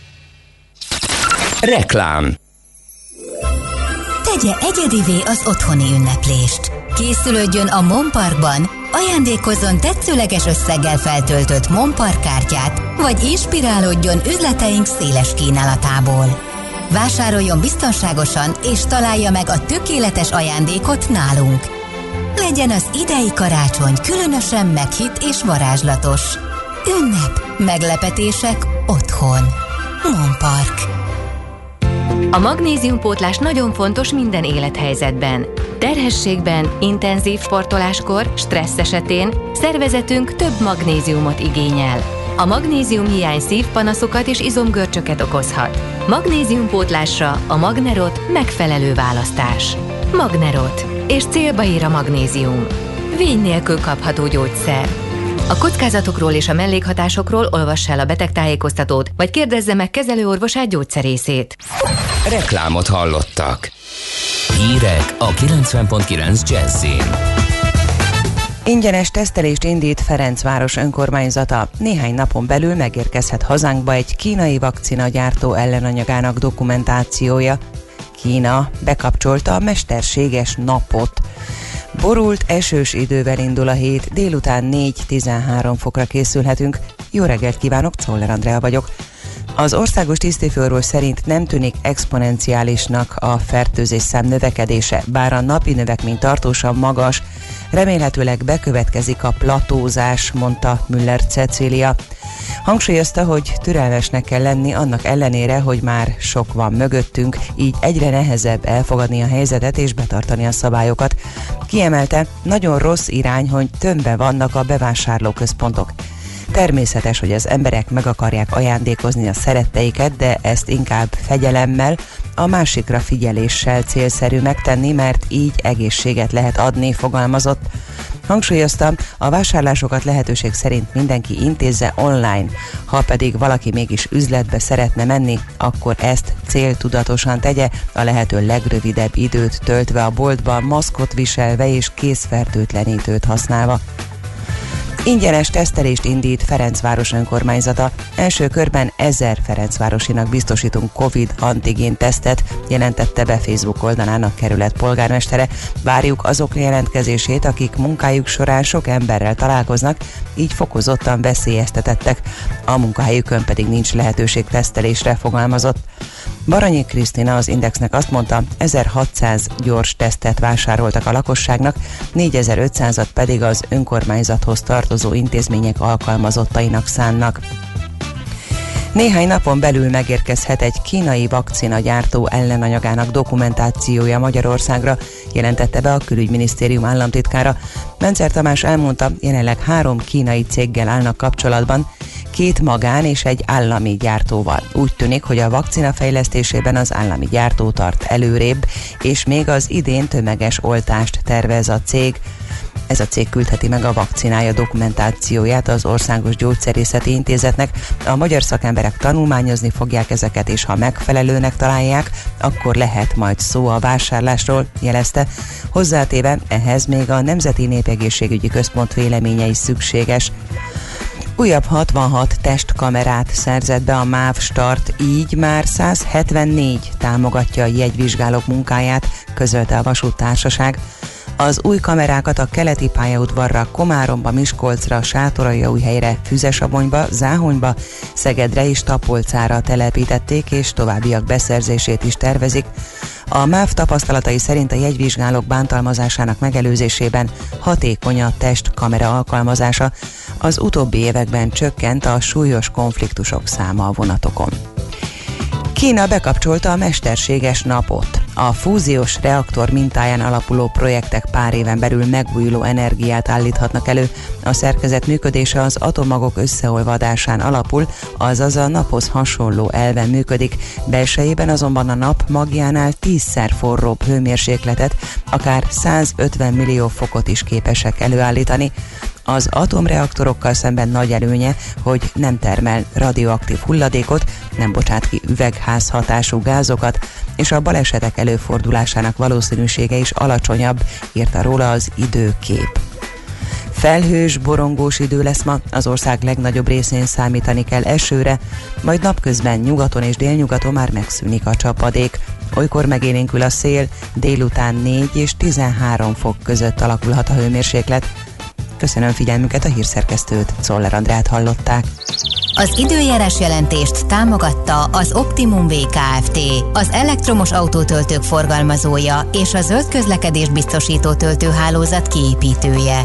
Reklám. Tegye egyedivé az otthoni ünneplést. Készülődjön a Mon Parkban, ajándékozzon tetszőleges összeggel feltöltött Mon Park kártyát, vagy inspirálódjon üzleteink széles kínálatából. Vásároljon biztonságosan, és találja meg a tökéletes ajándékot nálunk. Legyen az idei karácsony különösen meghitt és varázslatos. Ünnep, meglepetések otthon. Mon Park. A magnéziumpótlás nagyon fontos minden élethelyzetben. Terhességben, intenzív sportoláskor, stressz esetén szervezetünk több magnéziumot igényel. A magnéziumhiány szívpanaszokat és izomgörcsöket okozhat. Magnéziumpótlásra a Magnerot megfelelő választás. Magnerot. És célba ír a magnézium. Vény nélkül kapható gyógyszer. A kockázatokról és a mellékhatásokról olvass el a betegtájékoztatót, vagy kérdezze meg kezelőorvosát, gyógyszerészét. Reklámot hallottak. Hírek a 90.9 Jazzin. Ingyenes tesztelést indít Ferencváros önkormányzata. Néhány napon belül megérkezhet hazánkba egy kínai vakcinagyártó ellenanyagának dokumentációja. Kína bekapcsolta a mesterséges napot. Borult, esős idővel indul a hét, délután 4-13 fokra készülhetünk. Jó reggelt kívánok, Czoller Andrea vagyok. Az országos tisztifőorvos szerint nem tűnik exponenciálisnak a fertőzésszám növekedése, bár a napi növekmény tartósan magas, remélhetőleg bekövetkezik a platózás, mondta Müller Cecília. Hangsúlyozta, hogy türelmesnek kell lenni annak ellenére, hogy már sok van mögöttünk, így egyre nehezebb elfogadni a helyzetet és betartani a szabályokat. Kiemelte, nagyon rossz irány, hogy tömbben vannak a bevásárlóközpontok. Természetes, hogy az emberek meg akarják ajándékozni a szeretteiket, de ezt inkább fegyelemmel, a másikra figyeléssel célszerű megtenni, mert így egészséget lehet adni, fogalmazott. Hangsúlyoztam, a vásárlásokat lehetőség szerint mindenki intézze online, ha pedig valaki mégis üzletbe szeretne menni, akkor ezt céltudatosan tegye, a lehető legrövidebb időt töltve a boltban, maszkot viselve és kézfertőtlenítőt használva. Ingyenes tesztelést indít Ferencváros önkormányzata. Első körben 1000 ferencvárosinak biztosítunk Covid antigén tesztet, jelentette be Facebook oldalának kerület polgármestere. Várjuk azok jelentkezését, akik munkájuk során sok emberrel találkoznak, így fokozottan veszélyeztetettek. A munkahelyükön pedig nincs lehetőség tesztelésre, fogalmazott. Baranyi Krisztina az Indexnek azt mondta, 1600 gyors tesztet vásároltak a lakosságnak, 4500-at pedig az önkormányzathoz tartozó intézmények alkalmazottainak szánnak. Néhány napon belül megérkezhet egy kínai vakcinagyártó ellenanyagának dokumentációja Magyarországra, jelentette be a Külügyminisztérium államtitkára. Mencer Tamás elmondta, jelenleg 3 kínai céggel állnak kapcsolatban, 2 magán és egy állami gyártóval. Úgy tűnik, hogy a vakcina fejlesztésében az állami gyártó tart előrébb, és még az idén tömeges oltást tervez a cég. Ez a cég küldheti meg a vakcinája dokumentációját az Országos Gyógyszerészeti Intézetnek. A magyar szakemberek tanulmányozni fogják ezeket, és ha megfelelőnek találják, akkor lehet majd szó a vásárlásról, jelezte. Hozzátéve, ehhez még a Nemzeti Népegészségügyi Központ véleménye is szükséges. Újabb 66 testkamerát szerzett be a MÁV Start, így már 174 támogatja a jegyvizsgálók munkáját, közölte a vasúttársaság. Az új kamerákat a keleti pályaudvarra, Komáromba, Miskolcra, Sátoraljaújhelyre, Füzesabonyba, Záhonyba, Szegedre és Tapolcára telepítették, és továbbiak beszerzését is tervezik. A MÁV tapasztalatai szerint a jegyvizsgálók bántalmazásának megelőzésében hatékony a testkamera alkalmazása. Az utóbbi években csökkent a súlyos konfliktusok száma a vonatokon. Kína bekapcsolta a mesterséges napot. A fúziós reaktor mintáján alapuló projektek pár éven belül megújuló energiát állíthatnak elő. A szerkezet működése az atommagok összeolvadásán alapul, azaz a naphoz hasonló elven működik. Belsejében azonban a nap magjánál 10-szer forróbb hőmérsékletet, akár 150 millió fokot is képesek előállítani. Az atomreaktorokkal szemben nagy előnye, hogy nem termel radioaktív hulladékot, nem bocsát ki üvegházhatású gázokat, és a balesetek előfordulásának valószínűsége is alacsonyabb, írta róla az Időkép. Felhős, borongós idő lesz ma, az ország legnagyobb részén számítani kell esőre, majd napközben nyugaton és délnyugaton már megszűnik a csapadék. Olykor megélénkül a szél, délután 4 és 13 fok között alakulhat a hőmérséklet. Köszönöm figyelmüket, a hírszerkesztőt, Czoller Andrát hallották. Az időjárás jelentést támogatta az Optimum Kft., az elektromos autótöltők forgalmazója és a zöld közlekedés biztosító töltőhálózat kiépítője.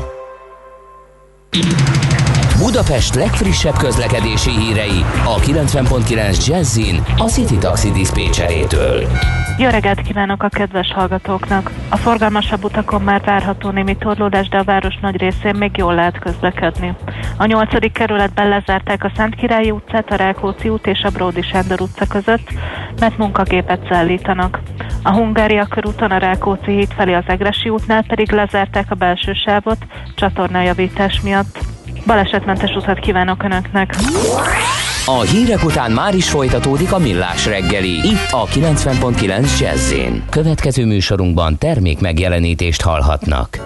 Budapest legfrissebb közlekedési hírei a 90.9 Jazzin a City Taxi diszpécserétől. Jó reggelt kívánok a kedves hallgatóknak! A forgalmasabb utakon már várható némi torlódás, de a város nagy részén még jól lehet közlekedni. A 8. kerületben lezárták a Szentkirályi utcát, a Rákóczi út és a Bródi Sándor utca között, mert munkagépet szállítanak. A Hungária körúton a Rákóczi híd felé az Egressy útnál pedig lezárták a belső sávot csatornajavítás miatt. Balesetmentes utat kívánok Önöknek! A hírek után már is folytatódik a Millás reggeli, itt a 90.9 Jazz-én. Következő műsorunkban termék megjelenítést hallhatnak.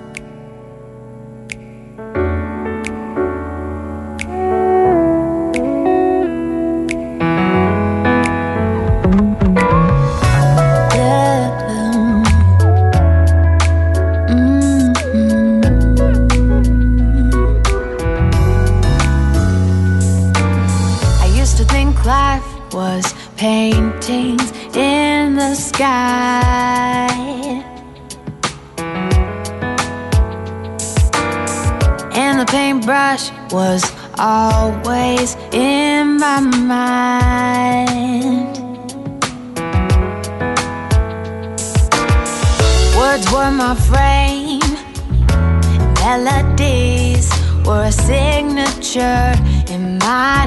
Paintings in the sky, and the paintbrush was always in my mind. Words were my frame, melodies were a signature in my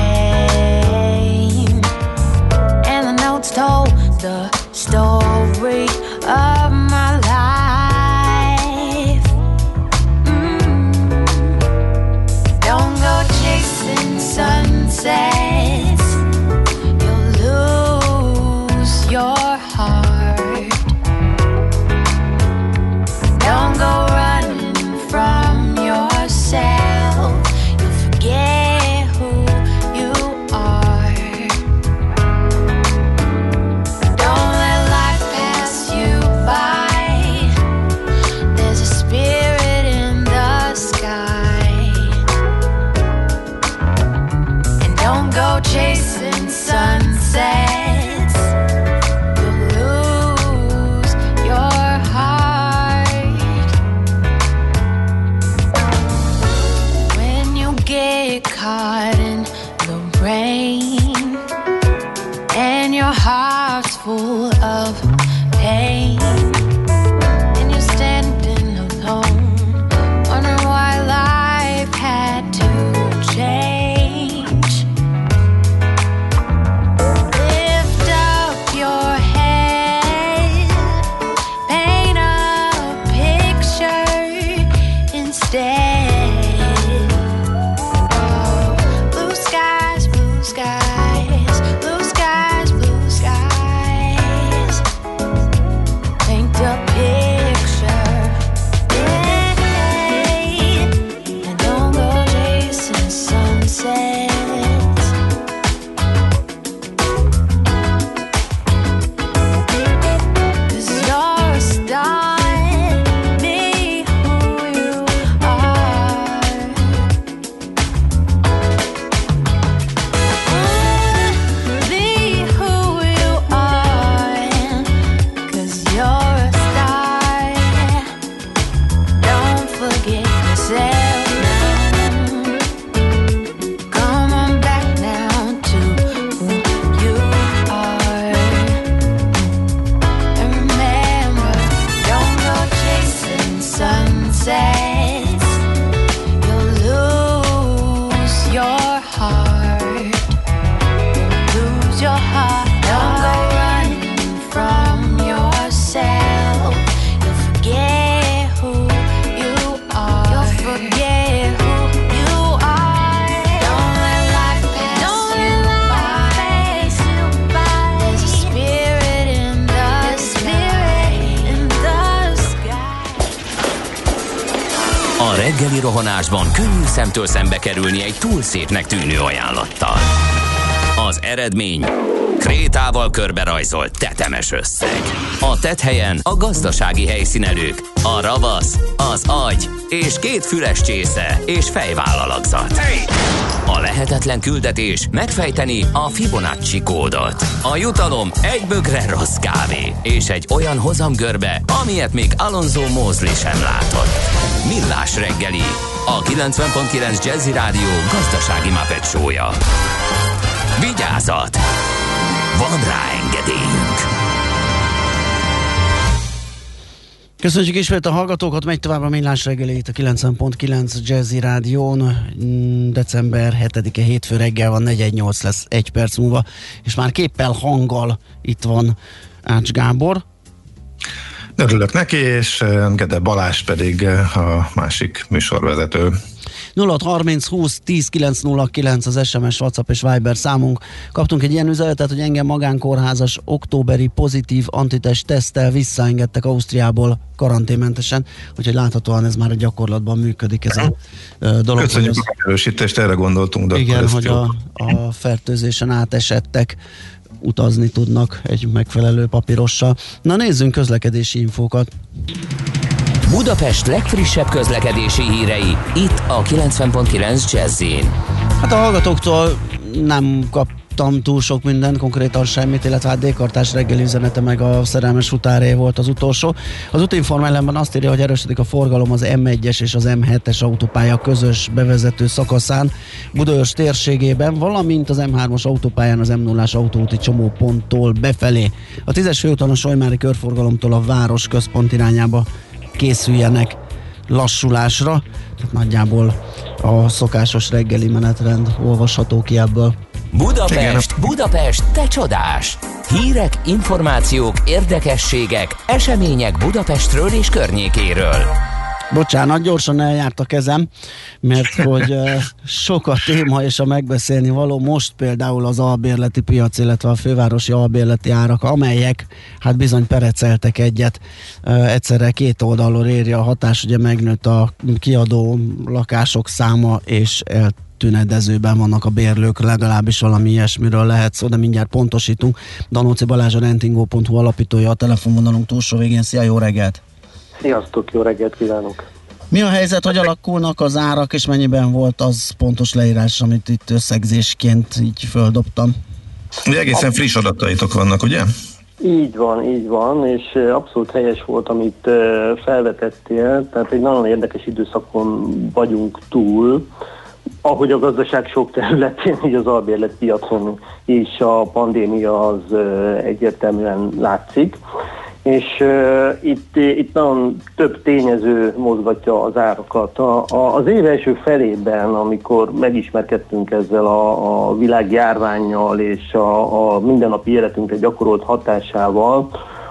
name. Notes told the story of my life. Don't go chasing sunsets, you'll lose your heart. Don't go running from yourself, you'll forget who you are. Don't A reggeli rohanásban könnyű szemtől szembe kerülni egy túl szépnek tűnő ajánlattal. Az eredmény krétával körberajzolt tetemes összeg. A tetthelyen a gazdasági helyszínelők, a ravasz, az agy és 2 füles csésze és fejvállalakzat. A lehetetlen küldetés megfejteni a Fibonacci kódot. A jutalom egy bögre rossz kávé és egy olyan hozamgörbe, amilyet még Alonso Mosley sem látott. Millás reggeli, a 90.9 Jazzy Rádió gazdasági Muppet show-ja. Vigyázat! Van rá engedélyünk! Köszönjük ismét a hallgatókat, megy tovább a Millás reggeli itt a 90.9 Jazzy Rádión. December 7-e hétfő reggel van, 418 lesz 1 perc múlva, és már képpel, hanggal itt van Ács Gábor. Örülök neki, és Gede Balázs pedig a másik műsorvezető. 0630 20 10 909 az SMS, WhatsApp és Viber számunk. Kaptunk egy ilyen üzenetet, hogy engem magánkórházas októberi pozitív antitest teszttel visszaengedtek Ausztriából karanténmentesen, úgyhogy láthatóan ez már a gyakorlatban működik ez a dolog. Köszönjük a megerősítést, erre gondoltunk. De igen, hogy a fertőzésen átesettek utazni tudnak egy megfelelő papírossal. Na nézzünk közlekedési infókat. Budapest legfrissebb közlekedési hírei, itt a 90.9 Jazz-in. Hát a hallgatóktól nem kaptam túl sok mindent, konkrétan semmit, illetve hát D-kartás reggeli üzenete meg a szerelmes futáré volt az utolsó. Az Útinform ellenben azt írja, hogy erősödik a forgalom az M1-es és az M7-es autópálya közös bevezető szakaszán Budaörs térségében, valamint az M3-as autópályán az M0-as autóúti csomóponttól befelé. A 10-es főúton a Solymári körforgalomtól a város központ irányába készüljenek lassulásra. Tehát nagyjából a szokásos reggeli menetrend olvasható ki ebből. Budapest, Budapest, te csodás! Hírek, információk, érdekességek, események Budapestről és környékéről. Bocsánat, gyorsan eljárt a kezem, mert hogy sok a téma és a megbeszélni való. Most például az albérleti piac, illetve a fővárosi albérleti árak, amelyek hát bizony pereceltek egyet. Egyszerre két oldalról éri a hatás, ugye megnőtt a kiadó lakások száma, és tünedezőben vannak a bérlők, legalábbis valami ilyesmiről lehet szó, de mindjárt pontosítunk. Danóci Balázs, a rentingo.hu alapítója a telefonvonalunk túlsó végén. Szia, jó reggelt! Sziasztok, jó reggelt kívánok! Mi a helyzet, hogy alakulnak az árak, és mennyiben volt az pontos leírás, amit itt összegzésként így földobtam? Egészen friss adataitok vannak, ugye? Így van, és abszolút helyes volt, amit felvetettél, tehát egy nagyon érdekes időszakon vagyunk túl, ahogy a gazdaság sok területén, így az albérletpiacon is a pandémia az egyértelműen látszik. És itt nagyon több tényező mozgatja az árakat. Az év első felében, amikor megismerkedtünk ezzel a világjárvánnyal és a mindennapi életünkre gyakorolt hatásával,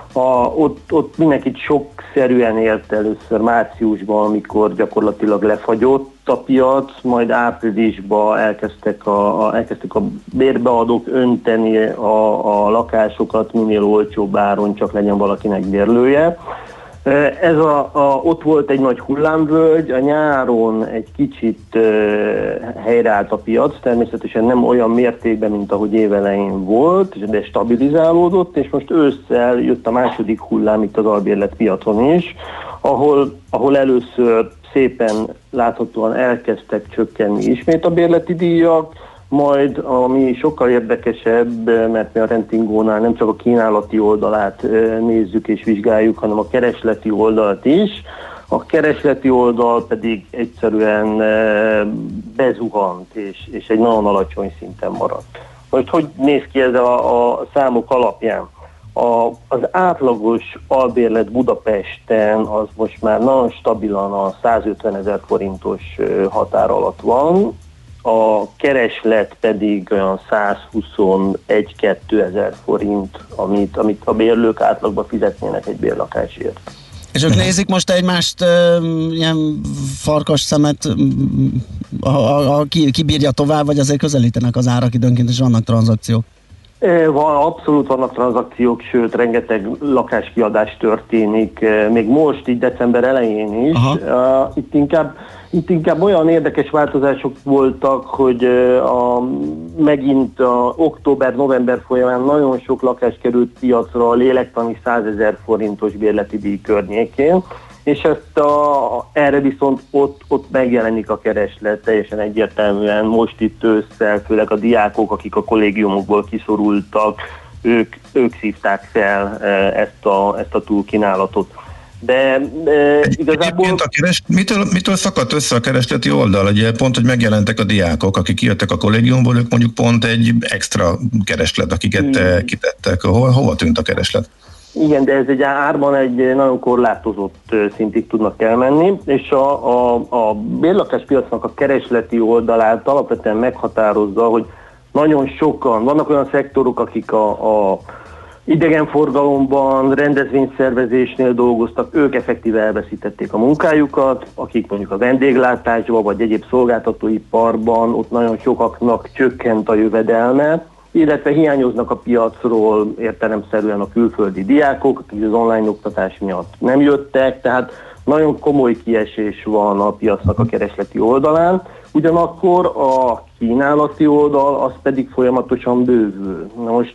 ott mindenkit sokszerűen ért először márciusban, amikor gyakorlatilag lefagyott a piac, majd áprilisban elkezdtek a bérbeadók önteni a lakásokat minél olcsóbb áron, csak legyen valakinek bérlője. Ez ott volt egy nagy hullámvölgy, a nyáron egy kicsit helyreállt a piac, természetesen nem olyan mértékben, mint ahogy évelején volt, de stabilizálódott, és most ősszel jött a második hullám itt az albérletpiacon is, ahol először szépen láthatóan elkezdtek csökkenni ismét a bérleti díjak, majd ami sokkal érdekesebb, mert mi a Rentingónál nem csak a kínálati oldalát nézzük és vizsgáljuk, hanem a keresleti oldalt is. A keresleti oldal pedig egyszerűen bezuhant, és egy nagyon alacsony szinten maradt. Most hogy néz ki ez a számok alapján? Az átlagos albérlet Budapesten az most már nagyon stabilan a 150 000 forintos határ alatt van, a kereslet pedig olyan 121-2 ezer forint, amit a bérlők átlagban fizetnének egy bérlakásért. És ők nézik most egymást ilyen farkas szemet, ki bírja tovább, vagy azért közelítenek az árak időnként, és vannak tranzakciók? Abszolút vannak tranzakciók, sőt, rengeteg lakáskiadás történik, még most, így december elején is. Itt inkább olyan érdekes változások voltak, hogy megint október-november folyamán nagyon sok lakás került piacra a lélektani 100 000 forintos bérleti díj környékén, és erre viszont ott megjelenik a kereslet teljesen egyértelműen. Most itt ősszel, főleg a diákok, akik a kollégiumokból kiszorultak, ők szívták fel ezt a túlkínálatot. De igazából... Mitől szakadt össze a keresleti oldal? Ugye pont, hogy megjelentek a diákok, akik kijöttek a kollégiumból, ők mondjuk pont egy extra kereslet, akiket kitettek. Hova tűnt a kereslet? Igen, de ez egy árban egy nagyon korlátozott szintig tudnak elmenni, és a bérlakáspiacnak a keresleti oldalát alapvetően meghatározza, hogy nagyon sokan, vannak olyan szektorok, akik a idegenforgalomban, rendezvényszervezésnél dolgoztak, ők effektíve elveszítették a munkájukat, akik mondjuk a vendéglátásban vagy egyéb szolgáltatóiparban, ott nagyon sokaknak csökkent a jövedelme, illetve hiányoznak a piacról értelemszerűen a külföldi diákok, akik az online oktatás miatt nem jöttek, tehát nagyon komoly kiesés van a piacnak a keresleti oldalán, ugyanakkor a kínálati oldal az pedig folyamatosan bővül. Na most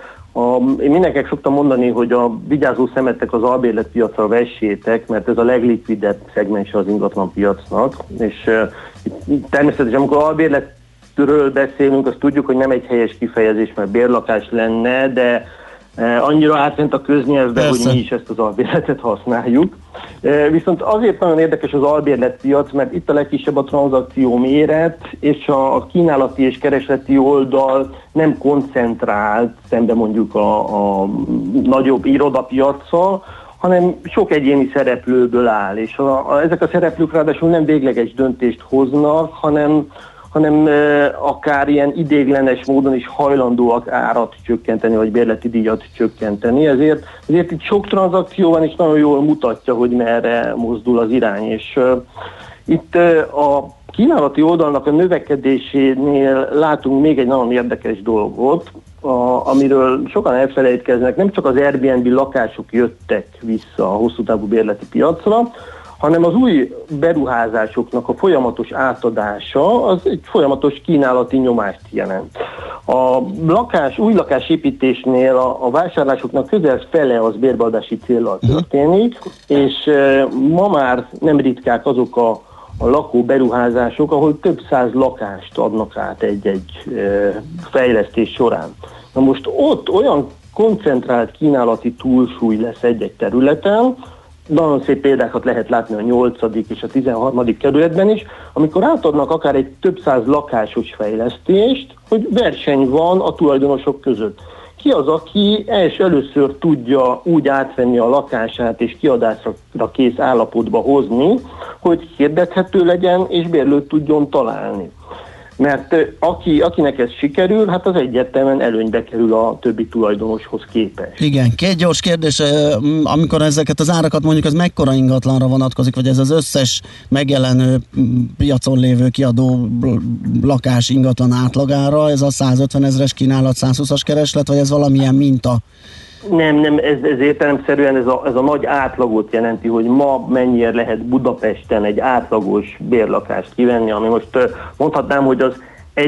én mindenkinek szoktam mondani, hogy a vigyázó szemetek az albérletpiacra vessétek, mert ez a leglikvidebb szegmense az ingatlanpiacnak, és természetesen amikor albérletről beszélünk, azt tudjuk, hogy nem egy helyes kifejezés, mert bérlakás lenne, de annyira átment a köznyelvbe, hogy mi is ezt az albérletet használjuk. Viszont azért nagyon érdekes az albérletpiac, mert itt a legkisebb a tranzakció méret, és a kínálati és keresleti oldal nem koncentrált szembe mondjuk a nagyobb irodapiaccal, hanem sok egyéni szereplőből áll, és ezek a szereplők ráadásul nem végleges döntést hoznak, hanem akár ilyen idéglenes módon is hajlandóak árat csökkenteni, vagy bérleti díjat csökkenteni. Ezért itt sok tranzakció van, és nagyon jól mutatja, hogy merre mozdul az irány. És itt a kínálati oldalnak a növekedésénél látunk még egy nagyon érdekes dolgot, amiről sokan elfelejtkeznek. Nem csak az Airbnb lakások jöttek vissza a hosszú távú bérleti piacra, hanem az új beruházásoknak a folyamatos átadása az egy folyamatos kínálati nyomást jelent. A új lakásépítésnél a vásárlásoknak közel fele az bérbeadási céllal történik, és ma már nem ritkák azok a lakóberuházások, ahol több száz lakást adnak át egy fejlesztés során. Na most ott olyan koncentrált kínálati túlsúly lesz egy-egy területen, nagyon szép példákat lehet látni a 8. és a 13. kerületben is, amikor átadnak akár egy több száz lakásos fejlesztést, hogy verseny van a tulajdonosok között. Ki az, aki először tudja úgy átvenni a lakását és kiadásra kész állapotba hozni, hogy hirdethető legyen és bérlőt tudjon találni. Mert akinek ez sikerül, hát az egyértelműen előnybe kerül a többi tulajdonoshoz képest. Igen, két gyors kérdés, amikor ezeket az árakat mondjuk, ez mekkora ingatlanra vonatkozik, vagy ez az összes megjelenő piacon lévő kiadó lakás ingatlan átlagára, ez a 150 000-es kínálat, 120-as kereslet, vagy ez valamilyen minta? Nem, ez értelemszerűen ez a nagy átlagot jelenti, hogy ma mennyire lehet Budapesten egy átlagos bérlakást kivenni, ami most mondhatnám, hogy az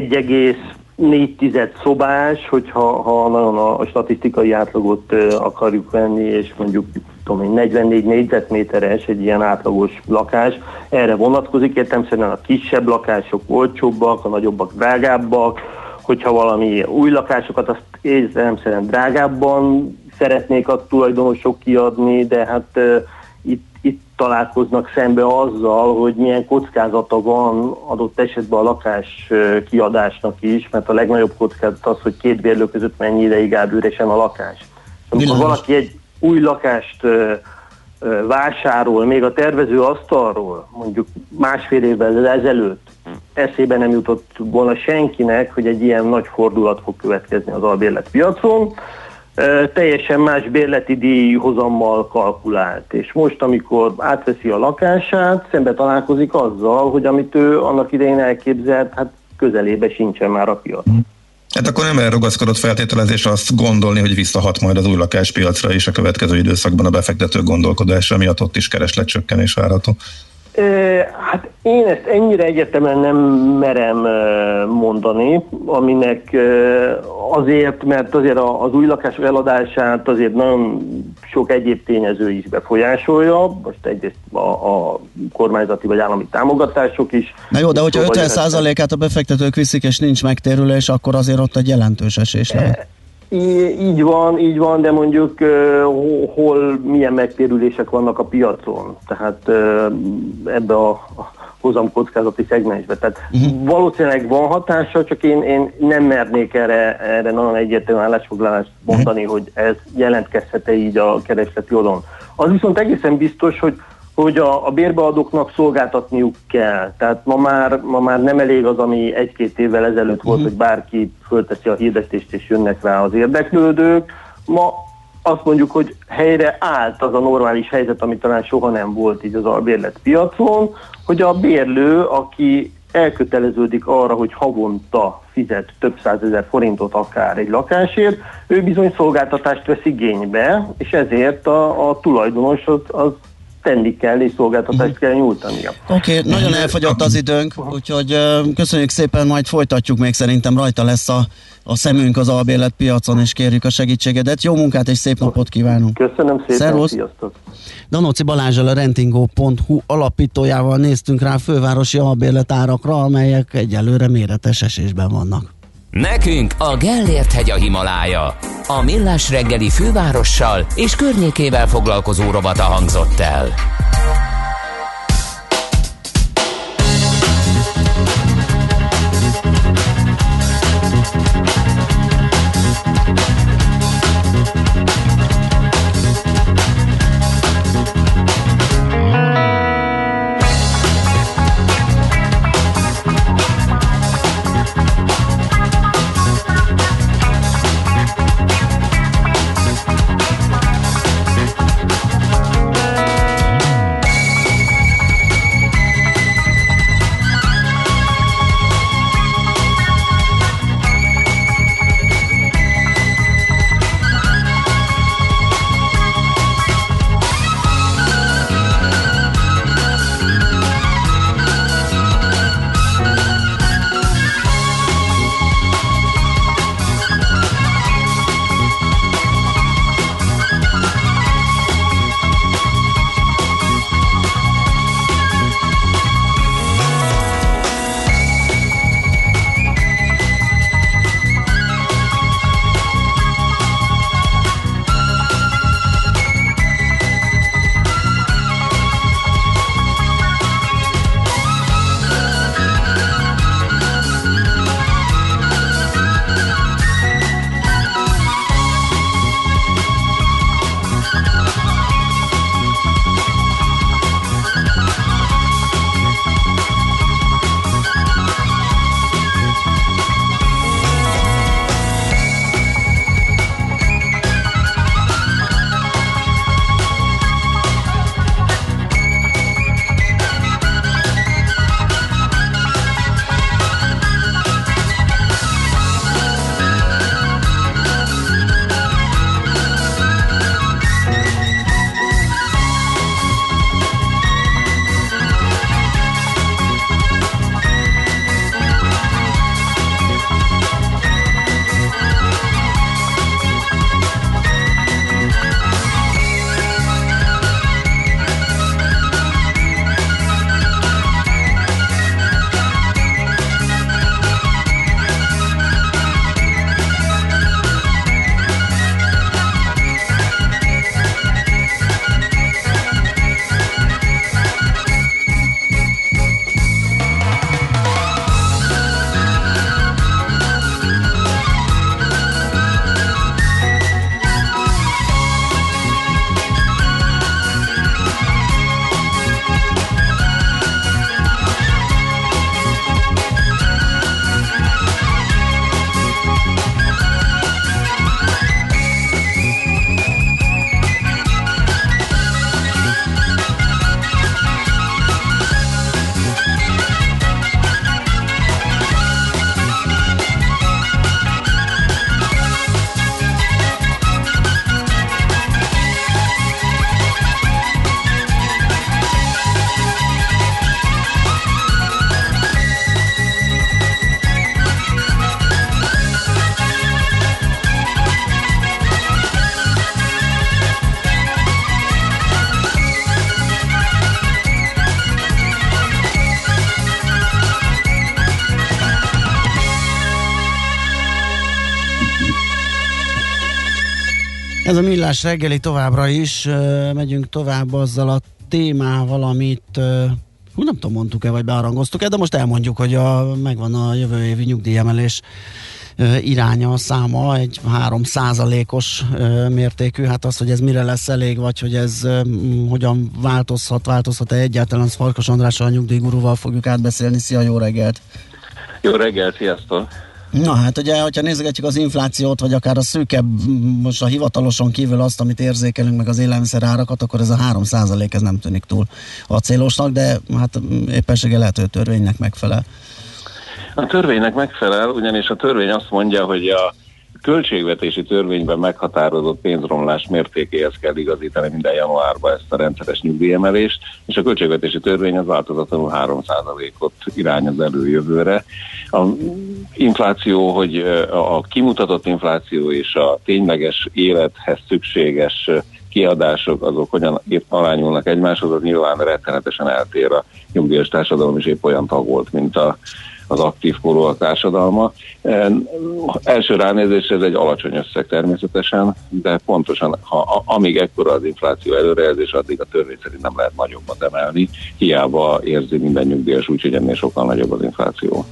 1,4 szobás, hogyha nagyon a statisztikai átlagot akarjuk venni, és mondjuk 44 négyzetméteres egy ilyen átlagos lakás, erre vonatkozik, értelemszerűen a kisebb lakások olcsóbbak, a nagyobbak drágábbak, hogyha valami új lakásokat, azt értelemszerűen drágábban szeretnék a tulajdonosok kiadni, de hát itt találkoznak szembe azzal, hogy milyen kockázata van adott esetben a lakás kiadásnak is, mert a legnagyobb kockázat az, hogy két bérlő között mennyi ideig áll üresen a lakás. Amikor valaki egy új lakást vásárol, még a tervező asztalról, mondjuk másfél évvel ezelőtt, eszébe nem jutott volna senkinek, hogy egy ilyen nagy fordulat fog következni az albérletpiacon, teljesen más bérleti díjhozammal kalkulált. És most, amikor átveszi a lakását, szembe találkozik azzal, hogy amit ő annak idején elképzelt, hát közelébe sincsen már a piac. Hát akkor nem elrugaszkodott feltételezés azt gondolni, hogy visszahat majd az új lakáspiacra is a következő időszakban a befektetők gondolkodása miatt ott is keresletcsökkenés várható. Hát én ezt ennyire egyértelműen nem merem mondani, aminek azért, mert azért az új lakás eladását azért nagyon sok egyéb tényező is befolyásolja, most egyrészt a kormányzati vagy állami támogatások is. Na jó, de hogyha 50%-át a befektetők viszik és nincs megtérülés, akkor azért ott egy jelentős esés lehet. Így van, de mondjuk hol milyen megtérülések vannak a piacon, tehát ebbe a hozamkockázati szegmensbe. Tehát valószínűleg van hatása, csak én nem mernék erre nagyon egyértelmű állásfoglalást mondani, hogy ez jelentkezhet-e így a keresleti oldalon. Az viszont egészen biztos, hogy a bérbeadóknak szolgáltatniuk kell. Tehát ma már nem elég az, ami 1-2 évvel ezelőtt volt, hogy bárki fölteszi a hirdetést és jönnek rá az érdeklődők. Ma azt mondjuk, hogy helyre állt az a normális helyzet, ami talán soha nem volt így az albérletpiacon, hogy a bérlő, aki elköteleződik arra, hogy havonta fizet több 100 000 forintot akár egy lakásért, ő bizony szolgáltatást vesz igénybe, és ezért a tulajdonos az tenni kell, és szolgáltatást kell nyújtania. Oké, nagyon elfogyott az időnk, úgyhogy köszönjük szépen, majd folytatjuk, még szerintem rajta lesz a szemünk az albérletpiacon, és kérjük a segítségedet. Jó munkát és szép napot kívánunk! Köszönöm szépen, Szervusz. Sziasztok! Danóci Balázsal, a rentingo.hu alapítójával néztünk rá fővárosi albérletárakra, amelyek egyelőre méretes esésben vannak. Nekünk a Gellért-hegy a Himalája. A Millás reggeli fővárossal és környékével foglalkozó rovata hangzott el. Ez a Millás reggeli továbbra is, megyünk tovább azzal a témával, amit nem tudom, mondtuk-e, vagy bearangoztuk-e, de most elmondjuk, hogy megvan a jövő évi nyugdíjemelés iránya, a száma, egy 3%-os mértékű, hát az, hogy ez mire lesz elég, vagy hogy ez hogyan változhat-e egyáltalán, Farkas Andrással, a nyugdíjgurúval fogjuk átbeszélni. Szia, jó reggelt! Jó reggelt, sziasztok! Na hát ugye, hogyha nézegetjük az inflációt, vagy akár a szűkebb, most a hivataloson kívül azt, amit érzékelünk, meg az élelmiszer árakat, akkor ez a 3% ez nem tűnik túl acélosnak, de hát éppenséggel lehet, hogy a törvénynek megfelel. A törvénynek megfelel, ugyanis a törvény azt mondja, hogy a költségvetési törvényben meghatározott pénzromlás mértékéhez kell igazítani minden januárban ezt a rendszeres nyugdíjemelést, és a költségvetési törvény az változatlanul 3%-ot irányoz elő jövőre. A infláció, hogy a kimutatott infláció és a tényleges élethez szükséges kiadások, azok hogyan arányulnak egymáshoz, az nyilván rettenetesen eltér. A nyugdíjas társadalom is épp olyan tagolt, mint az aktív korúak társadalma. Első ránézésre ez egy alacsony összeg természetesen, de pontosan amíg ekkora az infláció előrejelzés, addig a törvény szerint nem lehet nagyobbat emelni, hiába érzi minden nyugdíjas úgy, hogy ennél sokkal nagyobb az infláció.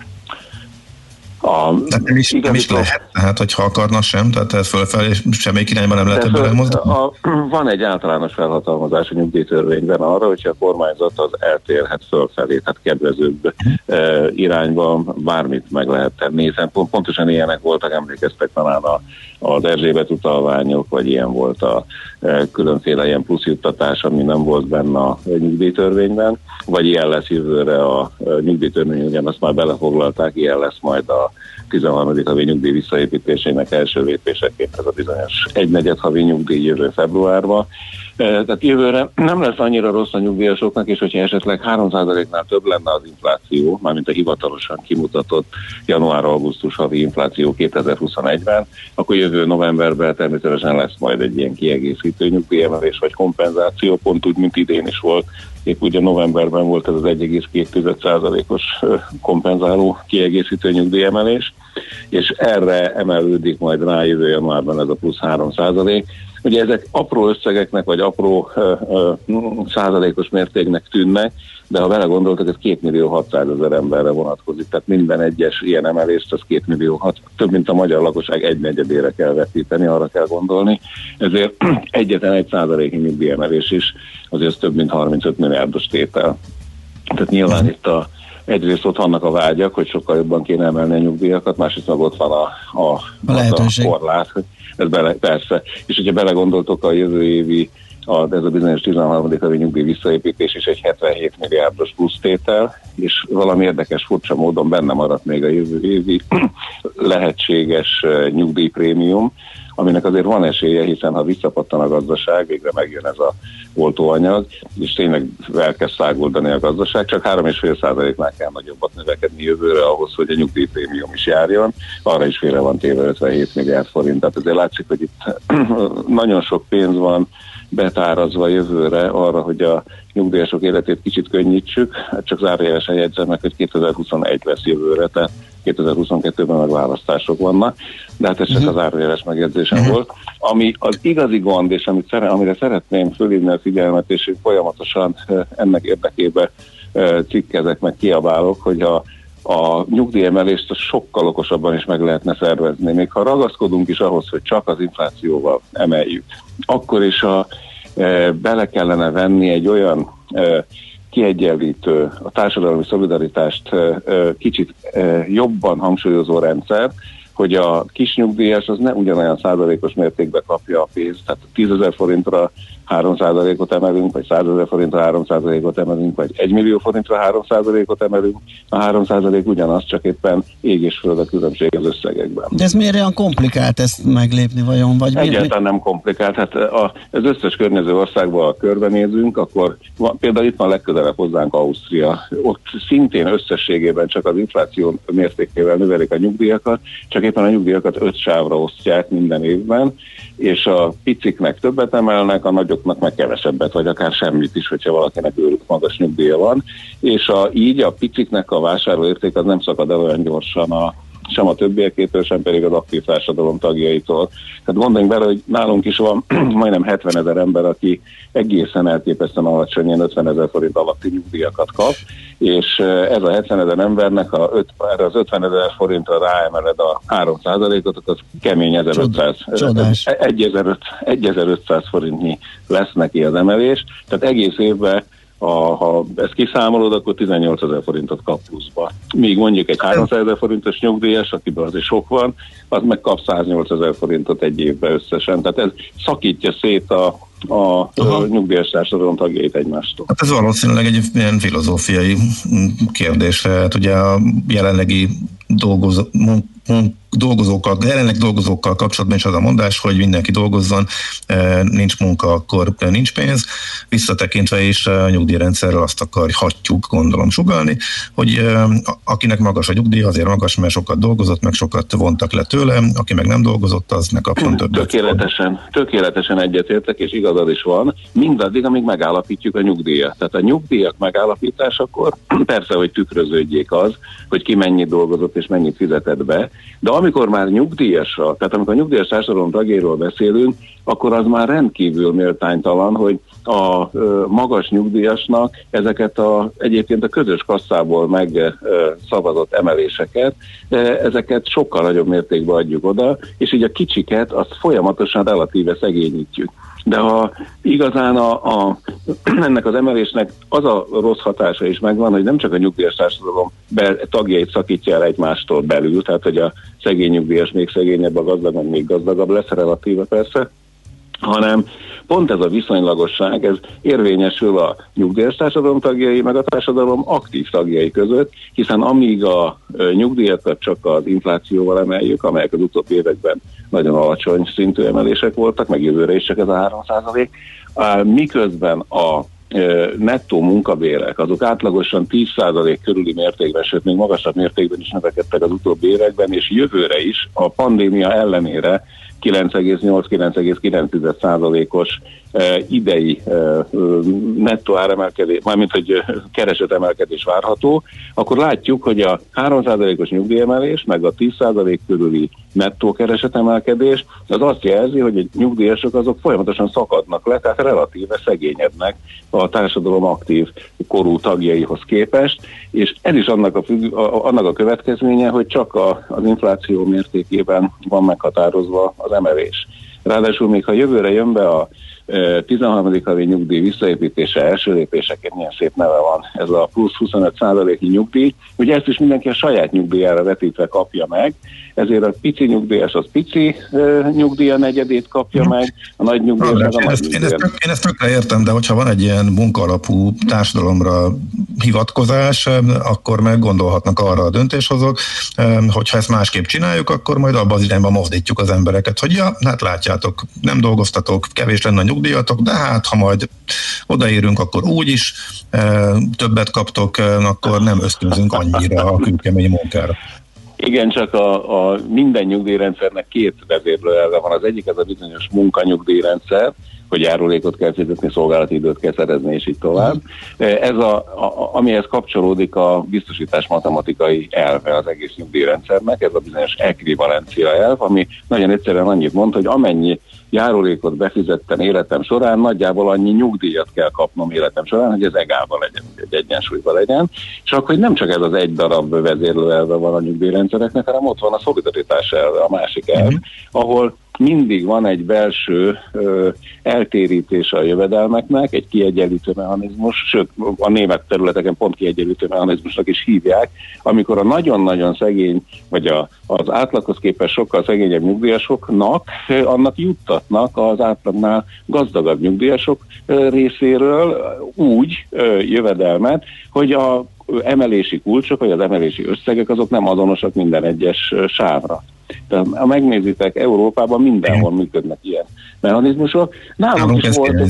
Nem is lehet, tehát hogyha akarna sem, tehát ez fölfelé semmelyik irányban nem lehet ebből elmozdulni? Van egy általános felhatalmazás a nyugdíjtörvényben arra, hogyha a kormányzat az eltérhet fölfelé, tehát kedvezőbb irányban bármit meg lehet tenni, hiszen pontosan ilyenek voltak, emlékeztek talán az Erzsébet utalványok, vagy ilyen volt a különféle ilyen pluszjuttatás, ami nem volt benne a nyugdíjtörvényben, vagy ilyen lesz jövőre a nyugdíjtörvény, ugyanazt már belefoglalták, ilyen lesz majd a 13. havi nyugdíj visszaépítésének első lépéseként ez a bizonyos 1/4 havi nyugdíj jövő februárban. Tehát jövőre nem lesz annyira rossz a nyugdíjasoknak, és hogyha esetleg 3%-nál több lenne az infláció, mármint a hivatalosan kimutatott január-augusztus havi infláció 2021-ben, akkor jövő novemberben természetesen lesz majd egy ilyen kiegészítő nyugdíjemelés vagy kompenzáció, pont úgy, mint idén is volt. Épp ugye novemberben volt ez az 1,2%-os kompenzáló kiegészítő nyugdíjemelés, és erre emelődik majd rá jövő januárban ez a plusz 3%. Ugye ezek apró összegeknek, vagy apró százalékos mértéknek tűnnek, de ha vele gondoltak, ez 2.600.000 emberre vonatkozik, tehát minden egyes ilyen emelést az 2 millió, több mint a magyar lakosság 1/4-ére kell vetíteni, arra kell gondolni. Ezért egyetlen 1%-nyi nyugdíjemelés is azért több mint 35 milliárdos tétel. Tehát nyilván itt egyrészt ott vannak a vágyak, hogy sokkal jobban kéne emelni a nyugdíjakat, másrészt meg ott van a korlát, hogy ez persze. És hogyha belegondoltok, a jövő évi ez a bizonyos 13. havi nyugdíj visszaépítés is egy 77 milliárdos plusztétel, és valami érdekes, furcsa módon benne maradt még a jövő évi lehetséges nyugdíjprémium, aminek azért van esélye, hiszen ha visszapattan a gazdaság, végre megjön ez a oltóanyag, és tényleg elkezd száguldani a gazdaság, csak 3,5%-nál kell nagyobbat növekedni jövőre ahhoz, hogy a nyugdíjprémium is járjon. Arra is félre van téve 57 milliárd forint. Tehát azért látszik, hogy itt nagyon sok pénz van betárazva jövőre arra, hogy a nyugdíjasok életét kicsit könnyítsük. Hát csak zárójelesen jegyzem meg, hogy 2021 lesz jövőre, tehát 2022-ben meg választások vannak, de hát ez csak az zárójeles megjegyzésem volt. Ami az igazi gond, és amire szeretném fölhívni a figyelmet, és én folyamatosan ennek érdekében cikkezek, meg kiabálok, hogy a nyugdíjemelést sokkal okosabban is meg lehetne szervezni. Még ha ragaszkodunk is ahhoz, hogy csak az inflációval emeljük, akkor is bele kellene venni egy olyan kiegyenlítő, a társadalmi szolidaritást kicsit jobban hangsúlyozó rendszer, hogy a kis nyugdíjas az ne ugyanolyan százalékos mértékben kapja a pénzt, tehát 10.000 forintra 3%-ot emelünk, vagy 100.000 forintra 3%-ot emelünk, vagy 1 millió forintra 3%-ot emelünk. A 3% ugyanaz, csak éppen ég és föld a különbség az összegekben. De ez miért olyan komplikált ezt meglépni vajon? Vagy egyáltalán nem komplikált. Hát az összes környező országban, ha körbenézünk, akkor például itt van legközelebb hozzánk Ausztria. Ott szintén összességében csak az infláció mértékével növelik a nyugdíjakat, csak éppen a nyugdíjakat 5 sávra osztják minden évben, és a piciknek többet emelnek, a nagyoknak meg kevesebbet, vagy akár semmit is, hogyha valakinek őrült magas nyugdíja van, és így a piciknek a vásárlóérték az nem szakad el olyan gyorsan sem a többiekétől, sem pedig az aktív társadalom tagjaitól. Tehát gondoljunk bele, hogy nálunk is van majdnem 70 000 ember, aki egészen elképesztően alacsony, ilyen 50 000 forint alatti nyugdíjakat kap, és ez a 70 000 embernek, erre az 50 000 forintra ráemeled a 3%-ot, az kemény 1500 forintnyi lesz neki az emelés, tehát egész évben ha ezt kiszámolod, akkor 18 000 forintot kap pluszba. Míg mondjuk egy 300 000 forintos nyugdíjas, akiben azért sok van, az meg kap 108 000 forintot egy évben összesen. Tehát ez szakítja szét a nyugdíjas társadalom tagjait egymástól. Hát ez valószínűleg egy ilyen filozófiai kérdés. Hát ugye a jelenlegi dolgozókkal kapcsolatban is az a mondás, hogy mindenki dolgozzon, nincs munka, akkor nincs pénz. Visszatekintve is a nyugdíjrendszerrel azt akarhatjuk, gondolom, sugallni, hogy akinek magas a nyugdíj, azért magas, mert sokat dolgozott, meg sokat vontak le tőle, aki meg nem dolgozott, az ne kapjon többet. Tökéletesen egyetértek, és igazad is van, mindaddig, amíg megállapítjuk a nyugdíjat. Tehát a nyugdíjak megállapításakor persze, hogy tükröződjék az, hogy ki mennyit dolgozott és mennyit fizetett be, de amikor már nyugdíjasra, tehát amikor a nyugdíjas társadalom tagjairól beszélünk, akkor az már rendkívül méltánytalan, hogy a magas nyugdíjasnak ezeket egyébként a közös kasszából megszavazott emeléseket, ezeket sokkal nagyobb mértékben adjuk oda, és így a kicsiket azt folyamatosan relatíve szegényítjük. De ha igazán ennek az emelésnek az a rossz hatása is megvan, hogy nem csak a nyugdíjas társadalom tagjait szakítja el egymástól belül, tehát hogy a szegény nyugdíjas még szegényebb, a gazdag meg még gazdagabb lesz, relatíve persze, hanem pont ez a viszonylagosság, ez érvényesül a nyugdíjas társadalom tagjai, meg a társadalom aktív tagjai között, hiszen amíg a nyugdíjakat csak az inflációval emeljük, amelyek az utóbbi években nagyon alacsony szintű emelések voltak, meg jövőre is csak ez a 3%, miközben a nettó munkabérek, azok átlagosan 10% körüli mértékben, sőt még magasabb mértékben is növekedtek az utóbbi években, és jövőre is a pandémia ellenére 9,8-9,9%-os idei nettó áremelkedés, mármint hogy keresetemelkedés várható, akkor látjuk, hogy a 3%-os nyugdíjemelés, meg a 10% körüli nettó keresetemelkedés, az azt jelzi, hogy a nyugdíjasok azok folyamatosan szakadnak le, tehát relatíve szegényednek a társadalom aktív korú tagjaihoz képest, és ez is annak a következménye, hogy csak az infláció mértékében van meghatározva az emelés. Ráadásul még ha jövőre jön be a 13. havi nyugdíj visszaépítése első lépéseként, milyen szép neve van ez a plusz 25%-nyi nyugdíj, ugye ezt is mindenki a saját nyugdíjára vetítve kapja meg, ezért a pici nyugdíjas az pici nyugdíja negyedét kapja meg, a nagy nyugdíjas meg a nagy nyugdíja. Én ezt tökre értem, de hogyha van egy ilyen munkaalapú társadalomra hivatkozás, akkor meg gondolhatnak arra a döntéshozók, hogyha ezt másképp csináljuk, akkor majd abban az irányban mozdítjuk az embereket, hogy ja, hát látjátok, nem dolgoztatok, kevés lenne a nyugdíjatok, de hát ha majd odaérünk, akkor úgyis többet kaptok, akkor nem ösztönzünk annyira a kőkemény munkára. Igen, csak a minden nyugdíjrendszernek két vezérlőelve van. Az egyik az a bizonyos munkanyugdíjrendszer, hogy járulékot kell fizetni, szolgálati időt kell szerezni, és így tovább. Ez amihez kapcsolódik a biztosítás matematikai elve az egész nyugdíjrendszernek, ez a bizonyos ekvivalencia elv, ami nagyon egyszerűen annyit mond, hogy amennyi járulékot befizettem életem során, nagyjából annyi nyugdíjat kell kapnom életem során, hogy ez egálba legyen, egy egyensúlyban legyen. Csak hogy nem csak ez az egy darab vezérlőelve van a nyugdíjrendszereknek, hanem ott van a szolidaritás elve, a másik elv, ahol mindig van egy belső eltérítése a jövedelmeknek, egy kiegyenlítő mechanizmus, sőt a német területeken pont kiegyenlítő mechanizmusnak is hívják, amikor a nagyon-nagyon szegény, vagy az átlaghoz képest sokkal szegényebb nyugdíjasoknak annak juttatnak az átlagnál gazdagabb nyugdíjasok részéről úgy jövedelmet, hogy a emelési kulcsok, vagy az emelési összegek azok nem azonosak minden egyes sávra. Tehát, ha megnézitek, Európában mindenhol működnek ilyen mechanizmusok. Nálunk is volt.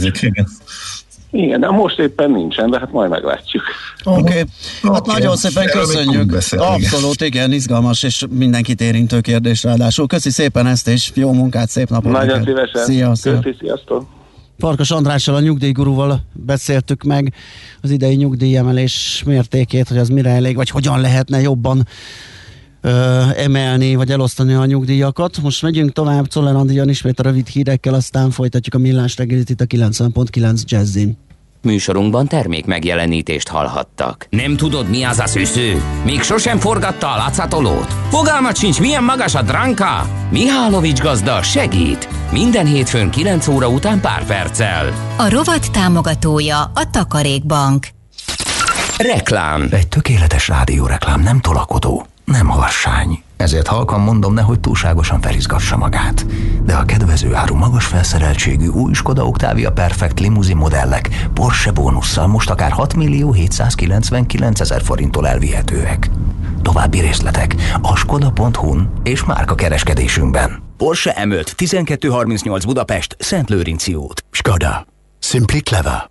Igen, de most éppen nincsen, de hát majd meglátjuk. Oké. Hát nagyon szépen köszönjük. Abszolút, igen, izgalmas és mindenkit érintő kérdés ráadásul. Köszi szépen ezt, és jó munkát, szép napot. Nagyon szívesen. Köszi, sziasztok. Farkas Andrással, a nyugdíjgurúval beszéltük meg az idei nyugdíjemelés mértékét, hogy az mire elég, vagy hogyan lehetne jobban emelni, vagy elosztani a nyugdíjakat. Most megyünk tovább Czoller Andrián ismét a rövid hírekkel, aztán folytatjuk a Millás reggelit itt a 90.9 Jazzin. Műsorunkban termék megjelenítést hallhattak. Nem tudod, mi az a szűző? Még sosem forgatta a látszatolót? Fogalmat sincs, milyen magas a dránka? Mihálovics gazda segít! Minden hétfőn 9 óra után pár perccel. A rovat támogatója a Takarékbank. Reklám. Egy tökéletes rádióreklám nem tolakodó, nem harsány. Ezért halkan mondom, nehogy túlságosan felizgassa magát. De a kedvező áru magas felszereltségű új Skoda Octavia Perfect limuzin modellek Porsche bónusszal most akár 6 millió 799 000 forinttól elvihetőek. További részletek a skoda.hu-n és márkakereskedésünkben. Porsche M5 1238 Budapest, Szentlőrinci út. Skoda. Simply clever.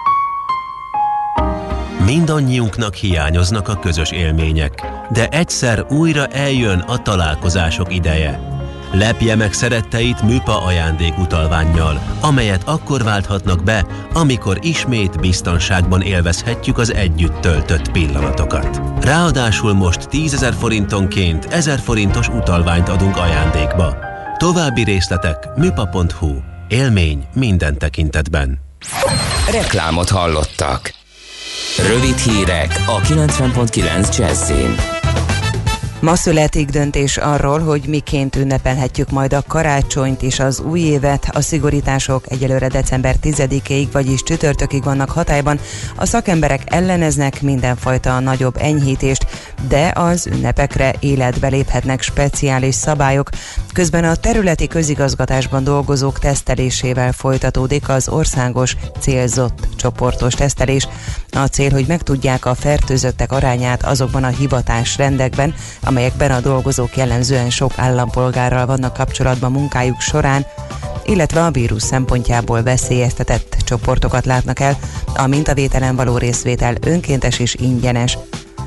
Mindannyiunknak hiányoznak a közös élmények, de egyszer újra eljön a találkozások ideje. Lepje meg szeretteit műpa ajándékutalvánnyal, amelyet akkor válthatnak be, amikor ismét biztonságban élvezhetjük az együtt töltött pillanatokat. Ráadásul most 10 000 forintonként 1000 forintos utalványt adunk ajándékba. További részletek műpa.hu. Élmény minden tekintetben. Reklámot hallottak. Rövid hírek a 90.9 Jazzin. Ma születik döntés arról, hogy miként ünnepelhetjük majd a karácsonyt és az új évet. A szigorítások egyelőre december 10-ig, vagyis csütörtökig vannak hatályban. A szakemberek elleneznek mindenfajta nagyobb enyhítést, de az ünnepekre életbe léphetnek speciális szabályok. Közben a területi közigazgatásban dolgozók tesztelésével folytatódik az országos célzott csoportos tesztelés. A cél, hogy megtudják a fertőzöttek arányát azokban a hivatásrendekben, amelyekben a dolgozók jellemzően sok állampolgárral vannak kapcsolatban munkájuk során, illetve a vírus szempontjából veszélyeztetett csoportokat látnak el. A mintavételen való részvétel önkéntes és ingyenes.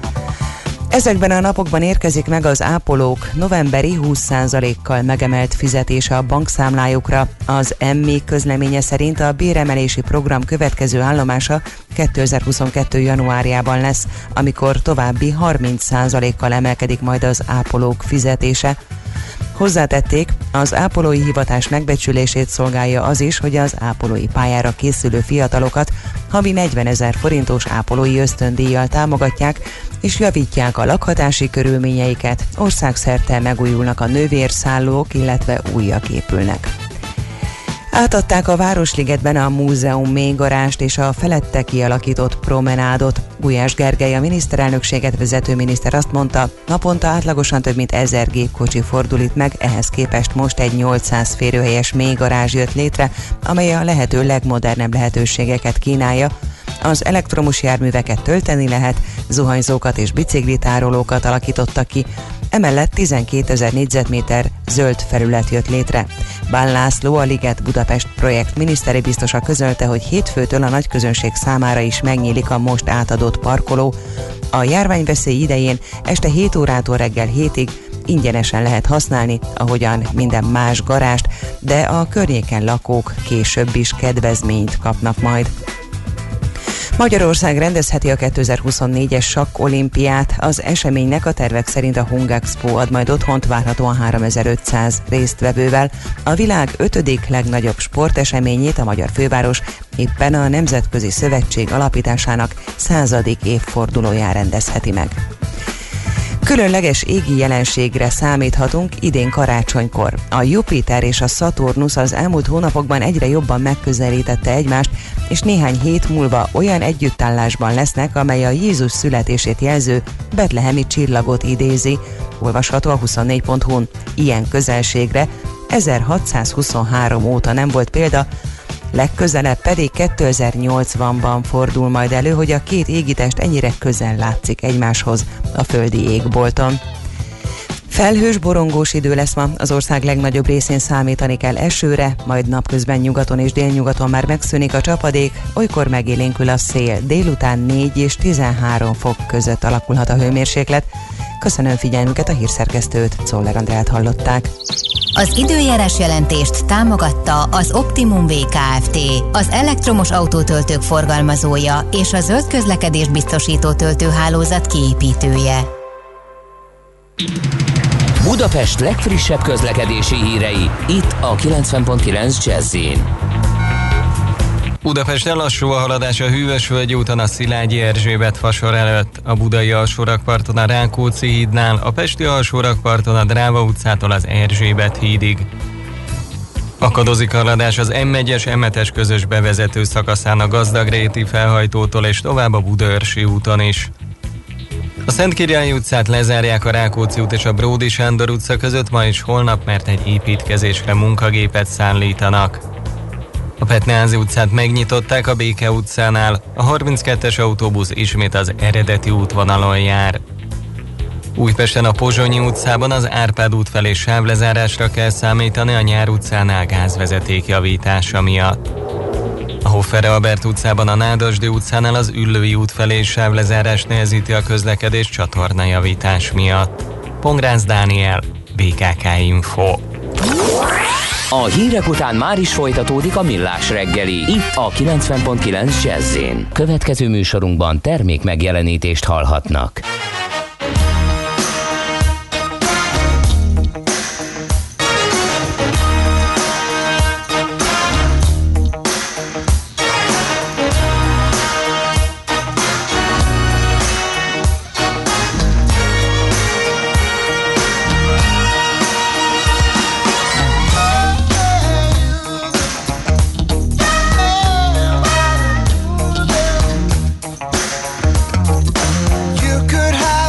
Ezekben a napokban érkezik meg az ápolók novemberi 20%-kal megemelt fizetése a bankszámlájukra. Az MMI közleménye szerint a béremelési program következő állomása 2022. januárjában lesz, amikor további 30%-kal emelkedik majd az ápolók fizetése. Hozzátették, az ápolói hivatás megbecsülését szolgálja az is, hogy az ápolói pályára készülő fiatalokat havi 40 000 forintos ápolói ösztöndíjjal támogatják, és javítják a lakhatási körülményeiket, országszerte megújulnak a nővérszállók, illetve újak épülnek. Átadták a Városligetben a múzeum mélygarást és a felette kialakított promenádot. Gulyás Gergely, a miniszterelnökséget vezető miniszter azt mondta, naponta átlagosan több mint 1000 gépkocsi fordul itt meg, ehhez képest most egy 800 férőhelyes mélygarázs jött létre, amely a lehető legmodernebb lehetőségeket kínálja. Az elektromos járműveket tölteni lehet, zuhanyzókat és biciklitárolókat alakítottak ki, emellett 12 000 négyzetméter zöld felület jött létre. Bán László, a Liget Budapest projekt miniszteri biztosa közölte, hogy hétfőtől a nagyközönség számára is megnyílik a most átadott parkoló. A járványveszély idején este 7 órától reggel 7-ig ingyenesen lehet használni, ahogyan minden más garást, de a környéken lakók később is kedvezményt kapnak majd. Magyarország rendezheti a 2024-es sakk olimpiát. Az eseménynek a tervek szerint a Hungexpo ad majd otthont, várhatóan 3500 résztvevővel. A világ 5. legnagyobb sporteseményét a magyar főváros éppen a Nemzetközi Szövetség alapításának 100. évfordulóján rendezheti meg. Különleges égi jelenségre számíthatunk idén karácsonykor. A Jupiter és a Szaturnusz az elmúlt hónapokban egyre jobban megközelítette egymást, és néhány hét múlva olyan együttállásban lesznek, amely a Jézus születését jelző betlehemi csillagot idézi. Olvasható a 24.hu-n. Ilyen közelségre 1623 óta nem volt példa, legközelebb pedig 2080-ban fordul majd elő, hogy a két égitest ennyire közel látszik egymáshoz a földi égbolton. Felhős, borongós idő lesz ma, az ország legnagyobb részén számítani kell esőre, majd napközben nyugaton és délnyugaton már megszűnik a csapadék, olykor megélénkül a szél, délután 4 és 13 fok között alakulhat a hőmérséklet. Köszönöm figyelmüket, a hírszerkesztőt, Czoller Andrát hallották. Az időjárás jelentést támogatta az Optimum Kft., az elektromos autótöltők forgalmazója és a zöld közlekedést biztosító töltőhálózat kiépítője. Budapest legfrissebb közlekedési hírei, itt a 90.9 Jazz-in. Budapesten lassú a haladás a Hűvösvölgyi úton a Szilágyi Erzsébet fasor előtt, a Budai alsórakparton a Rákóczi hídnál, a Pesti alsórakparton a Dráva utcától az Erzsébet hídig. Akadozik a haladás az M1-es M7-es közös bevezető szakaszán a Gazdagréti felhajtótól és tovább a Budaörsi úton is. A Szentkirályi utcát lezárják a Rákóczi út és a Bródi Sándor utca között ma és holnap, mert egy építkezésre munkagépet szállítanak. A Petneházy utcát megnyitották a Béke utcánál, a 32-es autóbusz ismét az eredeti útvonalon jár. Újpesten a Pozsonyi utcában az Árpád út felé sávlezárásra kell számítani a Nyár utcánál gázvezeték javítása miatt. A Hoffer Albert utcában a Nádasdy utcánál az Üllői út felé sávlezárás nehezíti a közlekedés csatornajavítás miatt. Pongrácz Dániel, BKK Info. A hírek után már is folytatódik a Millás reggeli, itt a 90.9 Jazz-in. Következő műsorunkban termék megjelenítést hallhatnak. You could have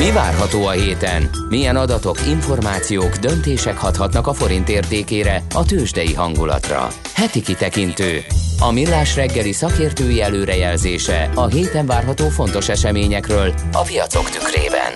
Mi várható a héten? Milyen adatok, információk, döntések hathatnak a forint értékére, a tőzsdei hangulatra? Heti kitekintő. A Millás reggeli szakértői előrejelzése a héten várható fontos eseményekről a piacok tükrében.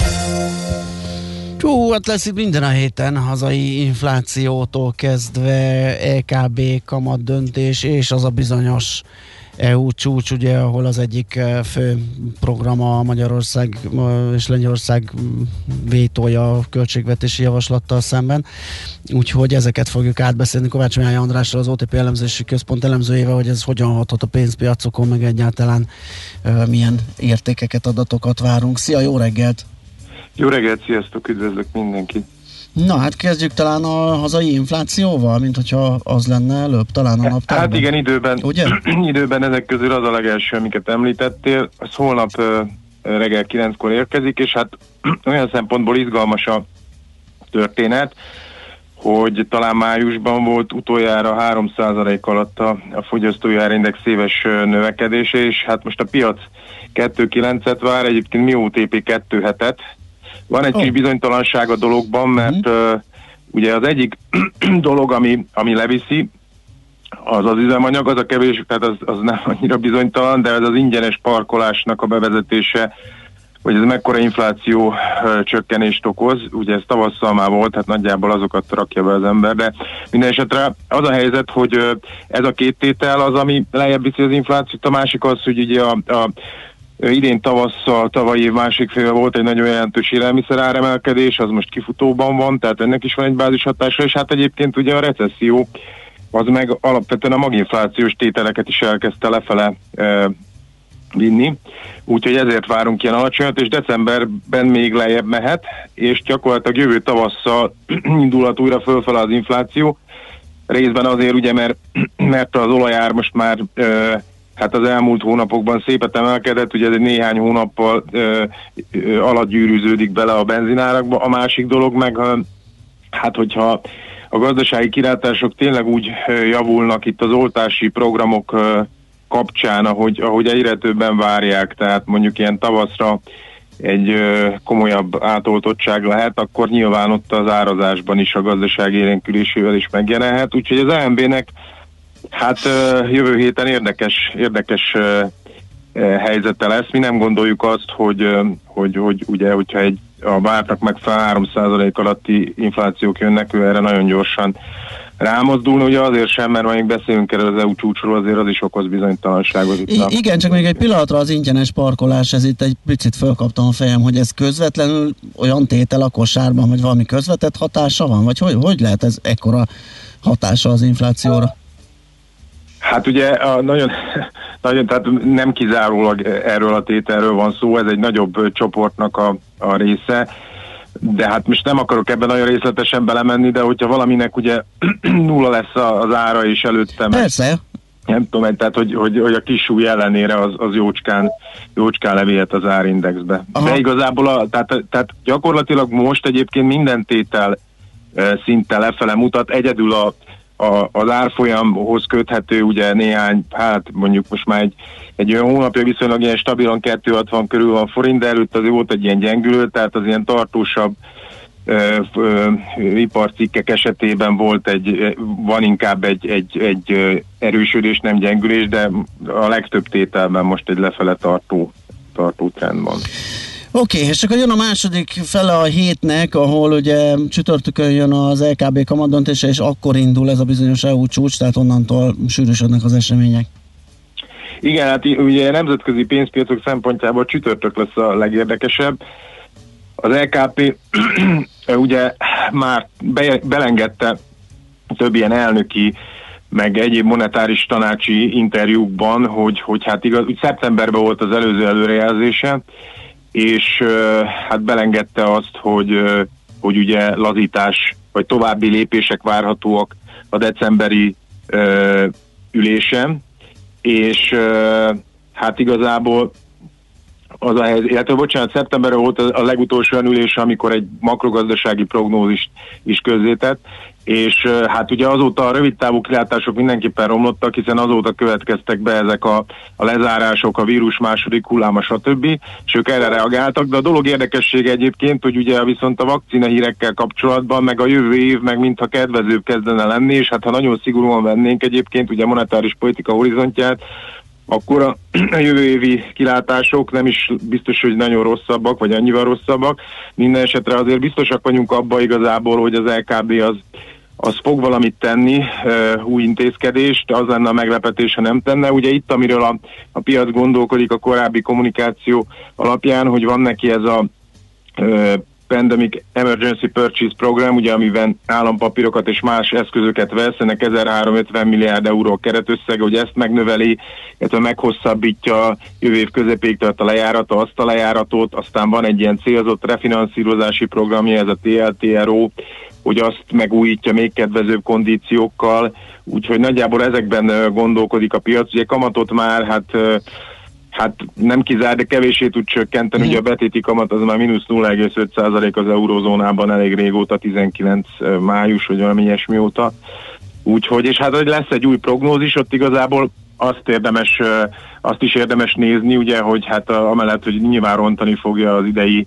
Hát lesz itt minden a héten, hazai inflációtól kezdve EKB kamat döntés, és az a bizonyos EU csúcs, ugye, ahol az egyik fő programa Magyarország és Lengyelország vétója a költségvetési javaslattal szemben. Úgyhogy ezeket fogjuk átbeszélni Kovács Mihály Andrással, az OTP elemzési központ elemzőjével, hogy ez hogyan hathat a pénzpiacokon, meg egyáltalán milyen értékeket, adatokat várunk. Szia, jó reggelt! Jó reggelt, sziasztok, üdvözlök mindenkit! Na hát kezdjük talán a hazai inflációval, mint hogyha az lenne előbb, talán a naptárban. Hát igen, időben ezek közül az a legelső, amiket említettél, az holnap reggel 9-kor érkezik, és hát olyan szempontból izgalmas a történet, hogy talán májusban volt utoljára 3% alatt a fogyasztói árindex éves növekedése, és hát most a piac 2,9-et vár, egyébként mi OTP 2,7-et. Van egy kis bizonytalanság a dologban, mert ugye az egyik dolog, ami leviszi, az üzemanyag, az a kevés, tehát az nem annyira bizonytalan, de ez az ingyenes parkolásnak a bevezetése, hogy ez mekkora infláció csökkenést okoz. Ugye ez tavasszal már volt, hát nagyjából azokat rakja be az ember, de minden esetre az a helyzet, hogy ez a két tétel az, ami lejjebb viszi az inflációt, a másik az, hogy ugye idén tavasszal, tavalyi év másik fél volt egy nagyon jelentős élelmiszer áremelkedés, az most kifutóban van, tehát ennek is van egy bázis hatása, és hát egyébként ugye a recesszió az meg alapvetően a maginflációs tételeket is elkezdte lefele vinni, úgyhogy ezért várunk ilyen alacsonyat, és decemberben még lejjebb mehet, és gyakorlatilag jövő tavasszal indulhat újra fölfele az infláció, részben azért ugye, mert az olajár most már hát az elmúlt hónapokban szépet emelkedett, ugye ez egy néhány hónappal alatt gyűrűződik bele a benzinárakba. A másik dolog meg, hát hogyha a gazdasági kilátások tényleg úgy javulnak itt az oltási programok kapcsán, ahogy egyre többen várják, tehát mondjuk ilyen tavaszra egy komolyabb átoltottság lehet, akkor nyilván ott az árazásban is a gazdaság élénkülésével is megjelenhet. Úgyhogy az EMB-nek hát jövő héten érdekes helyzete lesz. Mi nem gondoljuk azt, hogy ugye, hogyha a vártnak megfelelően 3% alatti inflációk jönnek, ő erre nagyon gyorsan rámozdulna, ugye azért sem, mert még beszélünk erről az EU csúcsról, azért az is okoz bizonytalanságot. Igen, csak még egy pillanatra az ingyenes parkolás, ez itt egy picit fölkaptam a fejem, hogy ez közvetlenül olyan tétel a kosárban, hogy valami közvetett hatása van, vagy hogy lehet ez ekkora hatása az inflációra? Hát ugye nagyon, tehát nem kizárólag erről a tételről van szó, ez egy nagyobb csoportnak a része, de hát most nem akarok ebben nagyon részletesen belemenni, de hogyha valaminek ugye nulla lesz az ára és előtte. Persze. Nem tudom, tehát hogy a kis súly ellenére az jócskán levihet az árindexbe. Aha. De igazából tehát gyakorlatilag most egyébként minden tétel szinte lefele mutat, egyedül az árfolyamhoz köthető ugye néhány, hát mondjuk most már egy olyan hónapja viszonylag ilyen stabilan 260 körül van forint, de előtt azért volt egy ilyen gyengülő, tehát az ilyen tartósabb iparcikkek esetében van inkább egy erősödés, nem gyengülés, de a legtöbb tételben most egy lefele tartó trend van. Oké, és akkor jön a második fele a hétnek, ahol ugye csütörtökön jön az LKB kamatdöntése, és akkor indul ez a bizonyos EU csúcs, tehát onnantól sűrűsödnek az események. Igen, hát ugye a nemzetközi pénzpiacok szempontjából csütörtök lesz a legérdekesebb. Az LKP ugye már belengedte több ilyen elnöki, meg egyéb monetáris tanácsi interjúkban, hogy hát igaz, úgy szeptemberben volt az előző előrejelzése, és hát belengedte azt, hogy ugye lazítás, vagy további lépések várhatóak a decemberi ülésen, és hát igazából az a helyzet, illetve bocsánat, szeptemberben volt a legutolsó ülés, amikor egy makrogazdasági prognózist is közzétett, és hát ugye azóta a rövidtávú kilátások mindenképpen romlottak, hiszen azóta következtek be ezek a lezárások, a vírus második hulláma, stb. És ők erre reagáltak, de a dolog érdekessége egyébként, hogy ugye viszont a vakcina hírekkel kapcsolatban, meg a jövő év, meg mintha kedvezőbb kezdene lenni, és hát ha nagyon szigorúan vennénk egyébként ugye a monetáris politika horizontját, akkor a jövő évi kilátások nem is biztos, hogy nagyon rosszabbak, vagy annyival rosszabbak. Minden esetre azért biztosak vagyunk abban igazából, hogy az LKB az fog valamit tenni, új intézkedést, az lenne a meglepetés, ha nem tenne. Ugye itt, amiről a piac gondolkodik a korábbi kommunikáció alapján, hogy van neki ez a Pandemic Emergency Purchase Program, ugye amiben állampapírokat és más eszközöket vesz, ennek 1350 milliárd euró keretösszege, hogy ezt megnöveli, illetve meghosszabbítja jövő év közepéig tart a lejárata, azt a lejáratot, aztán van egy ilyen célzott refinanszírozási programja, ez a TLTRO, hogy azt megújítja még kedvezőbb kondíciókkal, úgyhogy nagyjából ezekben gondolkodik a piac. Ugye kamatot már hát nem kizár, de kevéssé tud csökkenteni, ugye a betéti kamat az már mínusz 0,5% az eurózónában elég régóta, 19 május, vagy valami ilyesmi óta. Úgyhogy, és hát hogy lesz egy új prognózis, ott igazából azt is érdemes nézni, ugye, hogy hát amellett, hogy nyilván rontani fogja az idei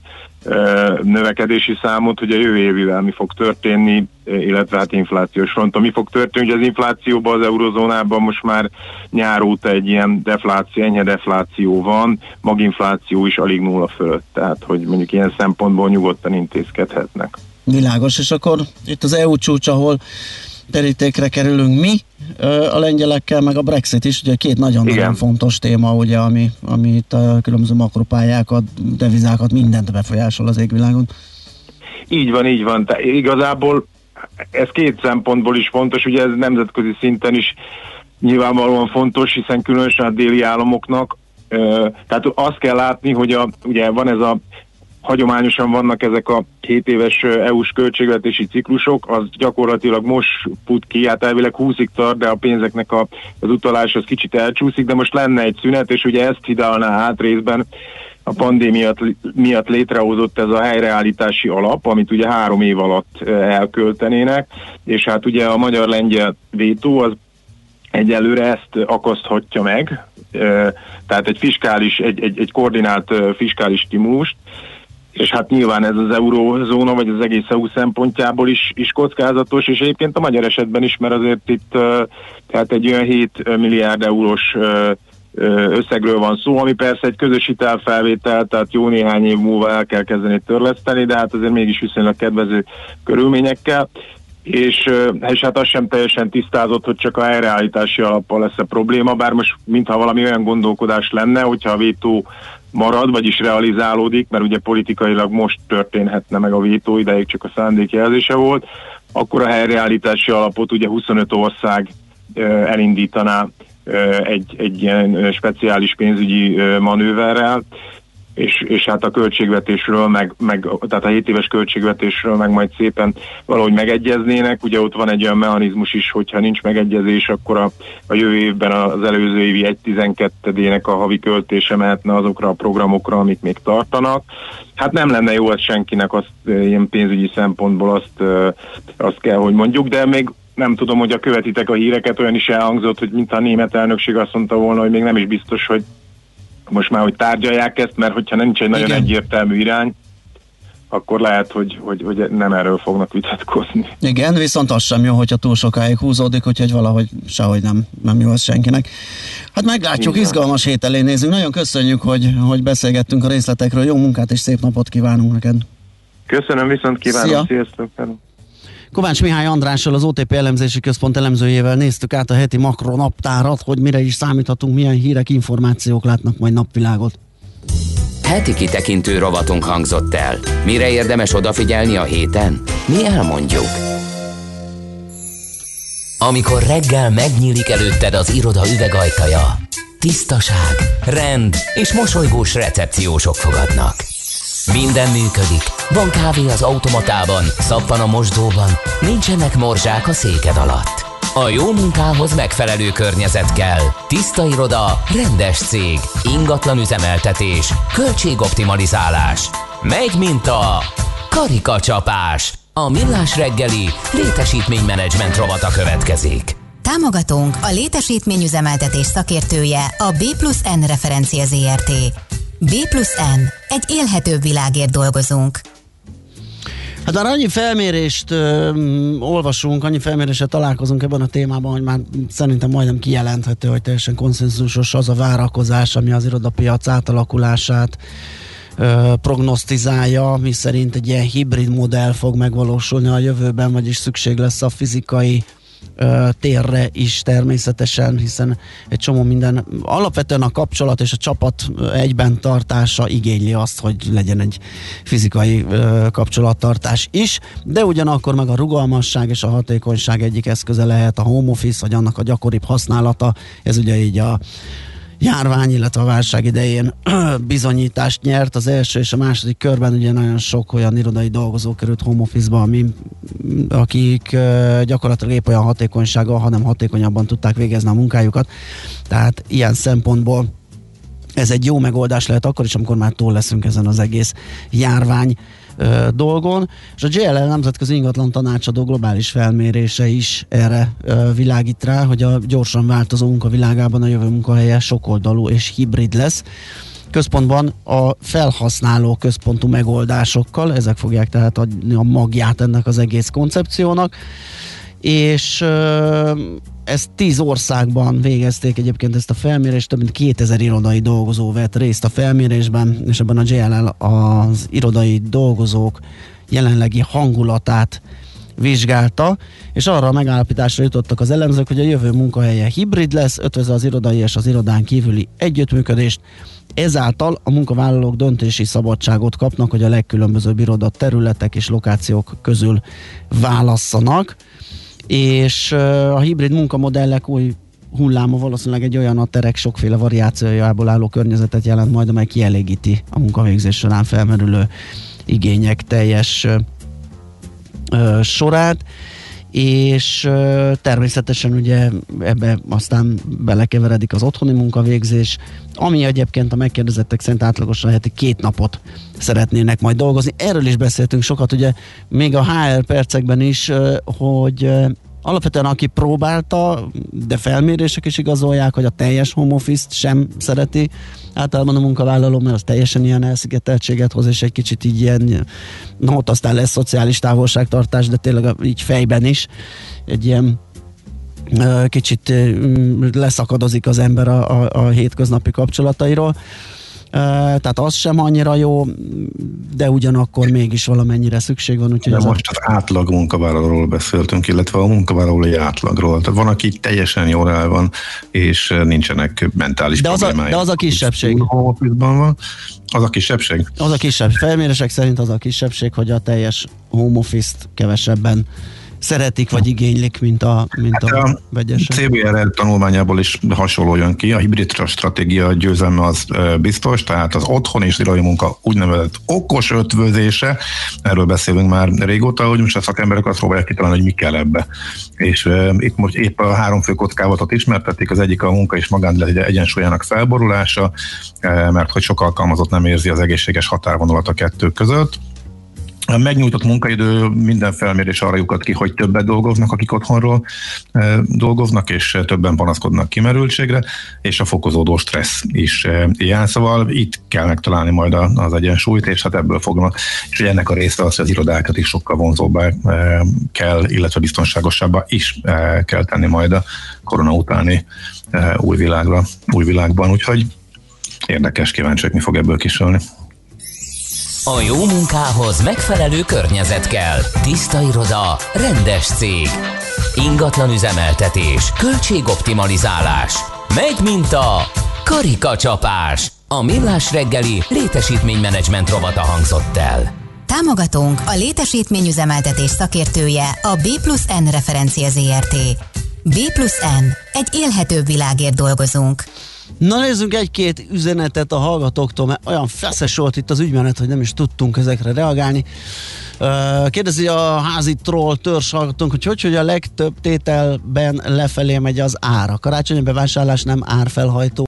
növekedési számot, hogy a jövő évivel mi fog történni, illetve hát inflációs fronton mi fog történni. Ugye az inflációban, az eurozónában most már nyár óta egy ilyen enyhe defláció van, maginfláció is alig nulla fölött, tehát hogy mondjuk ilyen szempontból nyugodtan intézkedhetnek. Világos, és akkor itt az EU csúcs, ahol terítékre kerülünk mi, a lengyelekkel, meg a Brexit is, ugye két nagyon-nagyon fontos téma, ugye, ami itt a különböző makropályákat, devizákat, mindent befolyásol az égvilágon. Így van. Igazából ez két szempontból is fontos, ugye ez nemzetközi szinten is nyilvánvalóan fontos, hiszen különösen a déli államoknak, tehát azt kell látni, hogy ugye van ez hagyományosan vannak ezek a 2 éves EU-s költségvetési ciklusok, az gyakorlatilag most fut ki, hát elvileg 20-ig tart, de a pénzeknek az utalás az kicsit elcsúszik, de most lenne egy szünet, és ugye ezt hidalná át részben a pandémia miatt létrehozott ez a helyreállítási alap, amit ugye 3 év alatt elköltenének, és hát ugye a magyar-lengyel vétó az egyelőre ezt akaszthatja meg, tehát egy koordinált fiskális stimulust, és hát nyilván ez az eurózóna, vagy az egész EU szempontjából is kockázatos, és egyébként a magyar esetben is, mert azért itt tehát egy olyan 7 milliárd eurós összegről van szó, ami persze egy közös hitelfelvétel, tehát jó néhány év múlva el kell kezdeni törleszteni, de hát azért mégis viszonylag kedvező körülményekkel, és hát az sem teljesen tisztázott, hogy csak a helyreállítási alappal lesz a probléma, bár most mintha valami olyan gondolkodás lenne, hogyha a vétó marad, vagyis realizálódik, mert ugye politikailag most történhetne meg a vétó, ideig csak a szándékjelzése volt, akkor a helyreállítási alapot ugye 25 ország elindítaná egy ilyen speciális pénzügyi manőverrel, és hát a költségvetésről, tehát a 7 éves költségvetésről meg majd szépen valahogy megegyeznének. Ugye ott van egy olyan mechanizmus is, hogyha nincs megegyezés, akkor a jövő évben az előző évi 1/12-nek a havi költése mehetne azokra a programokra, amik még tartanak. Hát nem lenne jó ez senkinek, ilyen pénzügyi szempontból azt kell, hogy mondjuk, de még nem tudom, hogy követitek a híreket, olyan is elhangzott, hogy mintha a német elnökség azt mondta volna, hogy még nem is biztos, hogy most már, hogy tárgyalják ezt, mert hogyha nincs egy nagyon egyértelmű irány, akkor lehet, hogy nem erről fognak vitatkozni. Igen, viszont az sem jó, hogyha túl sokáig húzódik, úgyhogy valahogy sehogy nem jó az senkinek. Hát meglátjuk, izgalmas hét elé nézünk. Nagyon köszönjük, hogy beszélgettünk a részletekről. Jó munkát és szép napot kívánunk neked. Köszönöm, viszont kívánom. Sziasztok! Kovács Mihály Andrással, az OTP elemzési központ elemzőjével néztük át a heti makronaptárat, hogy mire is számíthatunk, milyen hírek, információk látnak majd napvilágot. Heti kitekintő rovatunk hangzott el. Mire érdemes odafigyelni a héten? Mi elmondjuk. Amikor reggel megnyílik előtted az iroda üvegajtaja, tisztaság, rend és mosolygós recepciósok fogadnak. Minden működik. Van kávé az automatában, szappan a mosdóban, nincsenek morzsák a széked alatt. A jó munkához megfelelő környezet kell. Tiszta iroda, rendes cég, ingatlan üzemeltetés, költségoptimalizálás. Megy, mint a karikacsapás. A Millás reggeli létesítménymenedzsment rovata következik. Támogatónk a létesítményüzemeltetés szakértője, a B+N Referencia Zrt. B+N. Egy élhetőbb világért dolgozunk. Hát már annyi felmérést olvasunk, annyi felmérésre találkozunk ebben a témában, hogy már szerintem majdnem kijelenthető, hogy teljesen konszenzusos az a várakozás, ami az irodapiac átalakulását prognosztizálja, mi szerint egy ilyen hibrid modell fog megvalósulni a jövőben, vagyis szükség lesz a fizikai térre is természetesen, hiszen egy csomó minden, alapvetően a kapcsolat és a csapat egyben tartása igényli azt, hogy legyen egy fizikai kapcsolattartás is, de ugyanakkor meg a rugalmasság és a hatékonyság egyik eszköze lehet a home office, vagy annak a gyakoribb használata, ez ugye így a járvány, illetve a válság idején bizonyítást nyert. Az első és a második körben ugye nagyon sok olyan irodai dolgozó került home office-ba, akik gyakorlatilag épp olyan hatékonysággal, hanem hatékonyabban tudták végezni a munkájukat. Tehát ilyen szempontból ez egy jó megoldás lehet akkor is, amikor már túl leszünk ezen az egész járvány dolgon, és a JLL Nemzetközi Ingatlan Tanácsadó globális felmérése is erre világít rá, hogy a gyorsan változó munkavilágában a jövő munkahelye sokoldalú és hibrid lesz. Központban a felhasználó központú megoldásokkal, ezek fogják tehát adni a magját ennek az egész koncepciónak, és ezt 10 országban végezték egyébként ezt a felmérést, több mint 2000 irodai dolgozó vett részt a felmérésben, és ebben a JLL az irodai dolgozók jelenlegi hangulatát vizsgálta, és arra a megállapításra jutottak az elemzők, hogy a jövő munkahelye hibrid lesz, ötvözve az irodai és az irodán kívüli együttműködést. Ezáltal a munkavállalók döntési szabadságot kapnak, hogy a legkülönbözőbb iroda területek és lokációk közül válasszanak, és a hibrid munkamodellek új hulláma valószínűleg egy olyan a terek sokféle variációjából álló környezetet jelent majd, amely kielégíti a munkavégzés során felmerülő igények teljes sorát, és természetesen ugye ebbe aztán belekeveredik az otthoni munkavégzés, ami egyébként a megkérdezettek szerint átlagosan heti 2 napot szeretnének majd dolgozni. Erről is beszéltünk sokat, ugye még a HR percekben is, hogy alapvetően aki próbálta, de felmérések is igazolják, hogy a teljes home office-t sem szereti általában a munkavállaló, mert az teljesen ilyen elszigeteltséget hoz, és egy kicsit így ilyen, na ott aztán lesz szociális távolságtartás, de tényleg így fejben is egy ilyen kicsit leszakadozik az ember a hétköznapi kapcsolatairól. Tehát az sem annyira jó, de ugyanakkor mégis valamennyire szükség van. De most az átlag munkavállalóról beszéltünk, illetve a munkavállalói átlagról. Tehát van, aki teljesen jól el van, és nincsenek mentális problémái. De az a kisebbség. Az a kisebbség? Az a kisebbség. Felmérések szerint az a kisebbség, hogy a teljes home office-t kevesebben szeretik, vagy igénylik, mint a vegyesek. CBRE tanulmányából is hasonló jön ki, a hibrid stratégia győzelme az biztos, tehát az otthon és irodai munka úgynevezett okos ötvözése, erről beszélünk már régóta, hogy most a szakemberek azt próbálják kitalálni, hogy mi kell ebbe. És itt most épp a 3 fő kockázatot ismertették, az egyik a munka és magánélet egyensúlyának felborulása, mert hogy sok alkalmazott nem érzi az egészséges határvonalat a kettő között. A megnyújtott munkaidő minden felmérés arra lyukat ki, hogy többet dolgoznak, akik otthonról dolgoznak, és többen panaszkodnak kimerültségre, és a fokozódó stressz is ilyen. Szóval itt kell megtalálni majd az egyensúlyt, és hát ebből fognak. És ennek a része az, hogy az irodákat is sokkal vonzóbbá kell, illetve biztonságosabbá is kell tenni majd a korona utáni új világban. Úgyhogy érdekes, kíváncsiak, mi fog ebből kisülni. A jó munkához megfelelő környezet kell. Tiszta iroda, rendes cég, ingatlan üzemeltetés, költségoptimalizálás. Megy, mint a karikacsapás. A Millás reggeli létesítménymenedzsment rovata hangzott el. Támogatónk a létesítményüzemeltetés szakértője, a B+N Referencia Zrt. B+N. Egy élhetőbb világért dolgozunk. Na nézzünk egy-két üzenetet a hallgatóktól, mert olyan feszes volt itt az ügymenet, hogy nem is tudtunk ezekre reagálni. Kérdezi a házi troll törzs hallgatónk, hogy a legtöbb tételben lefelé megy az ár. A karácsonyi bevásárlás nem árfelhajtó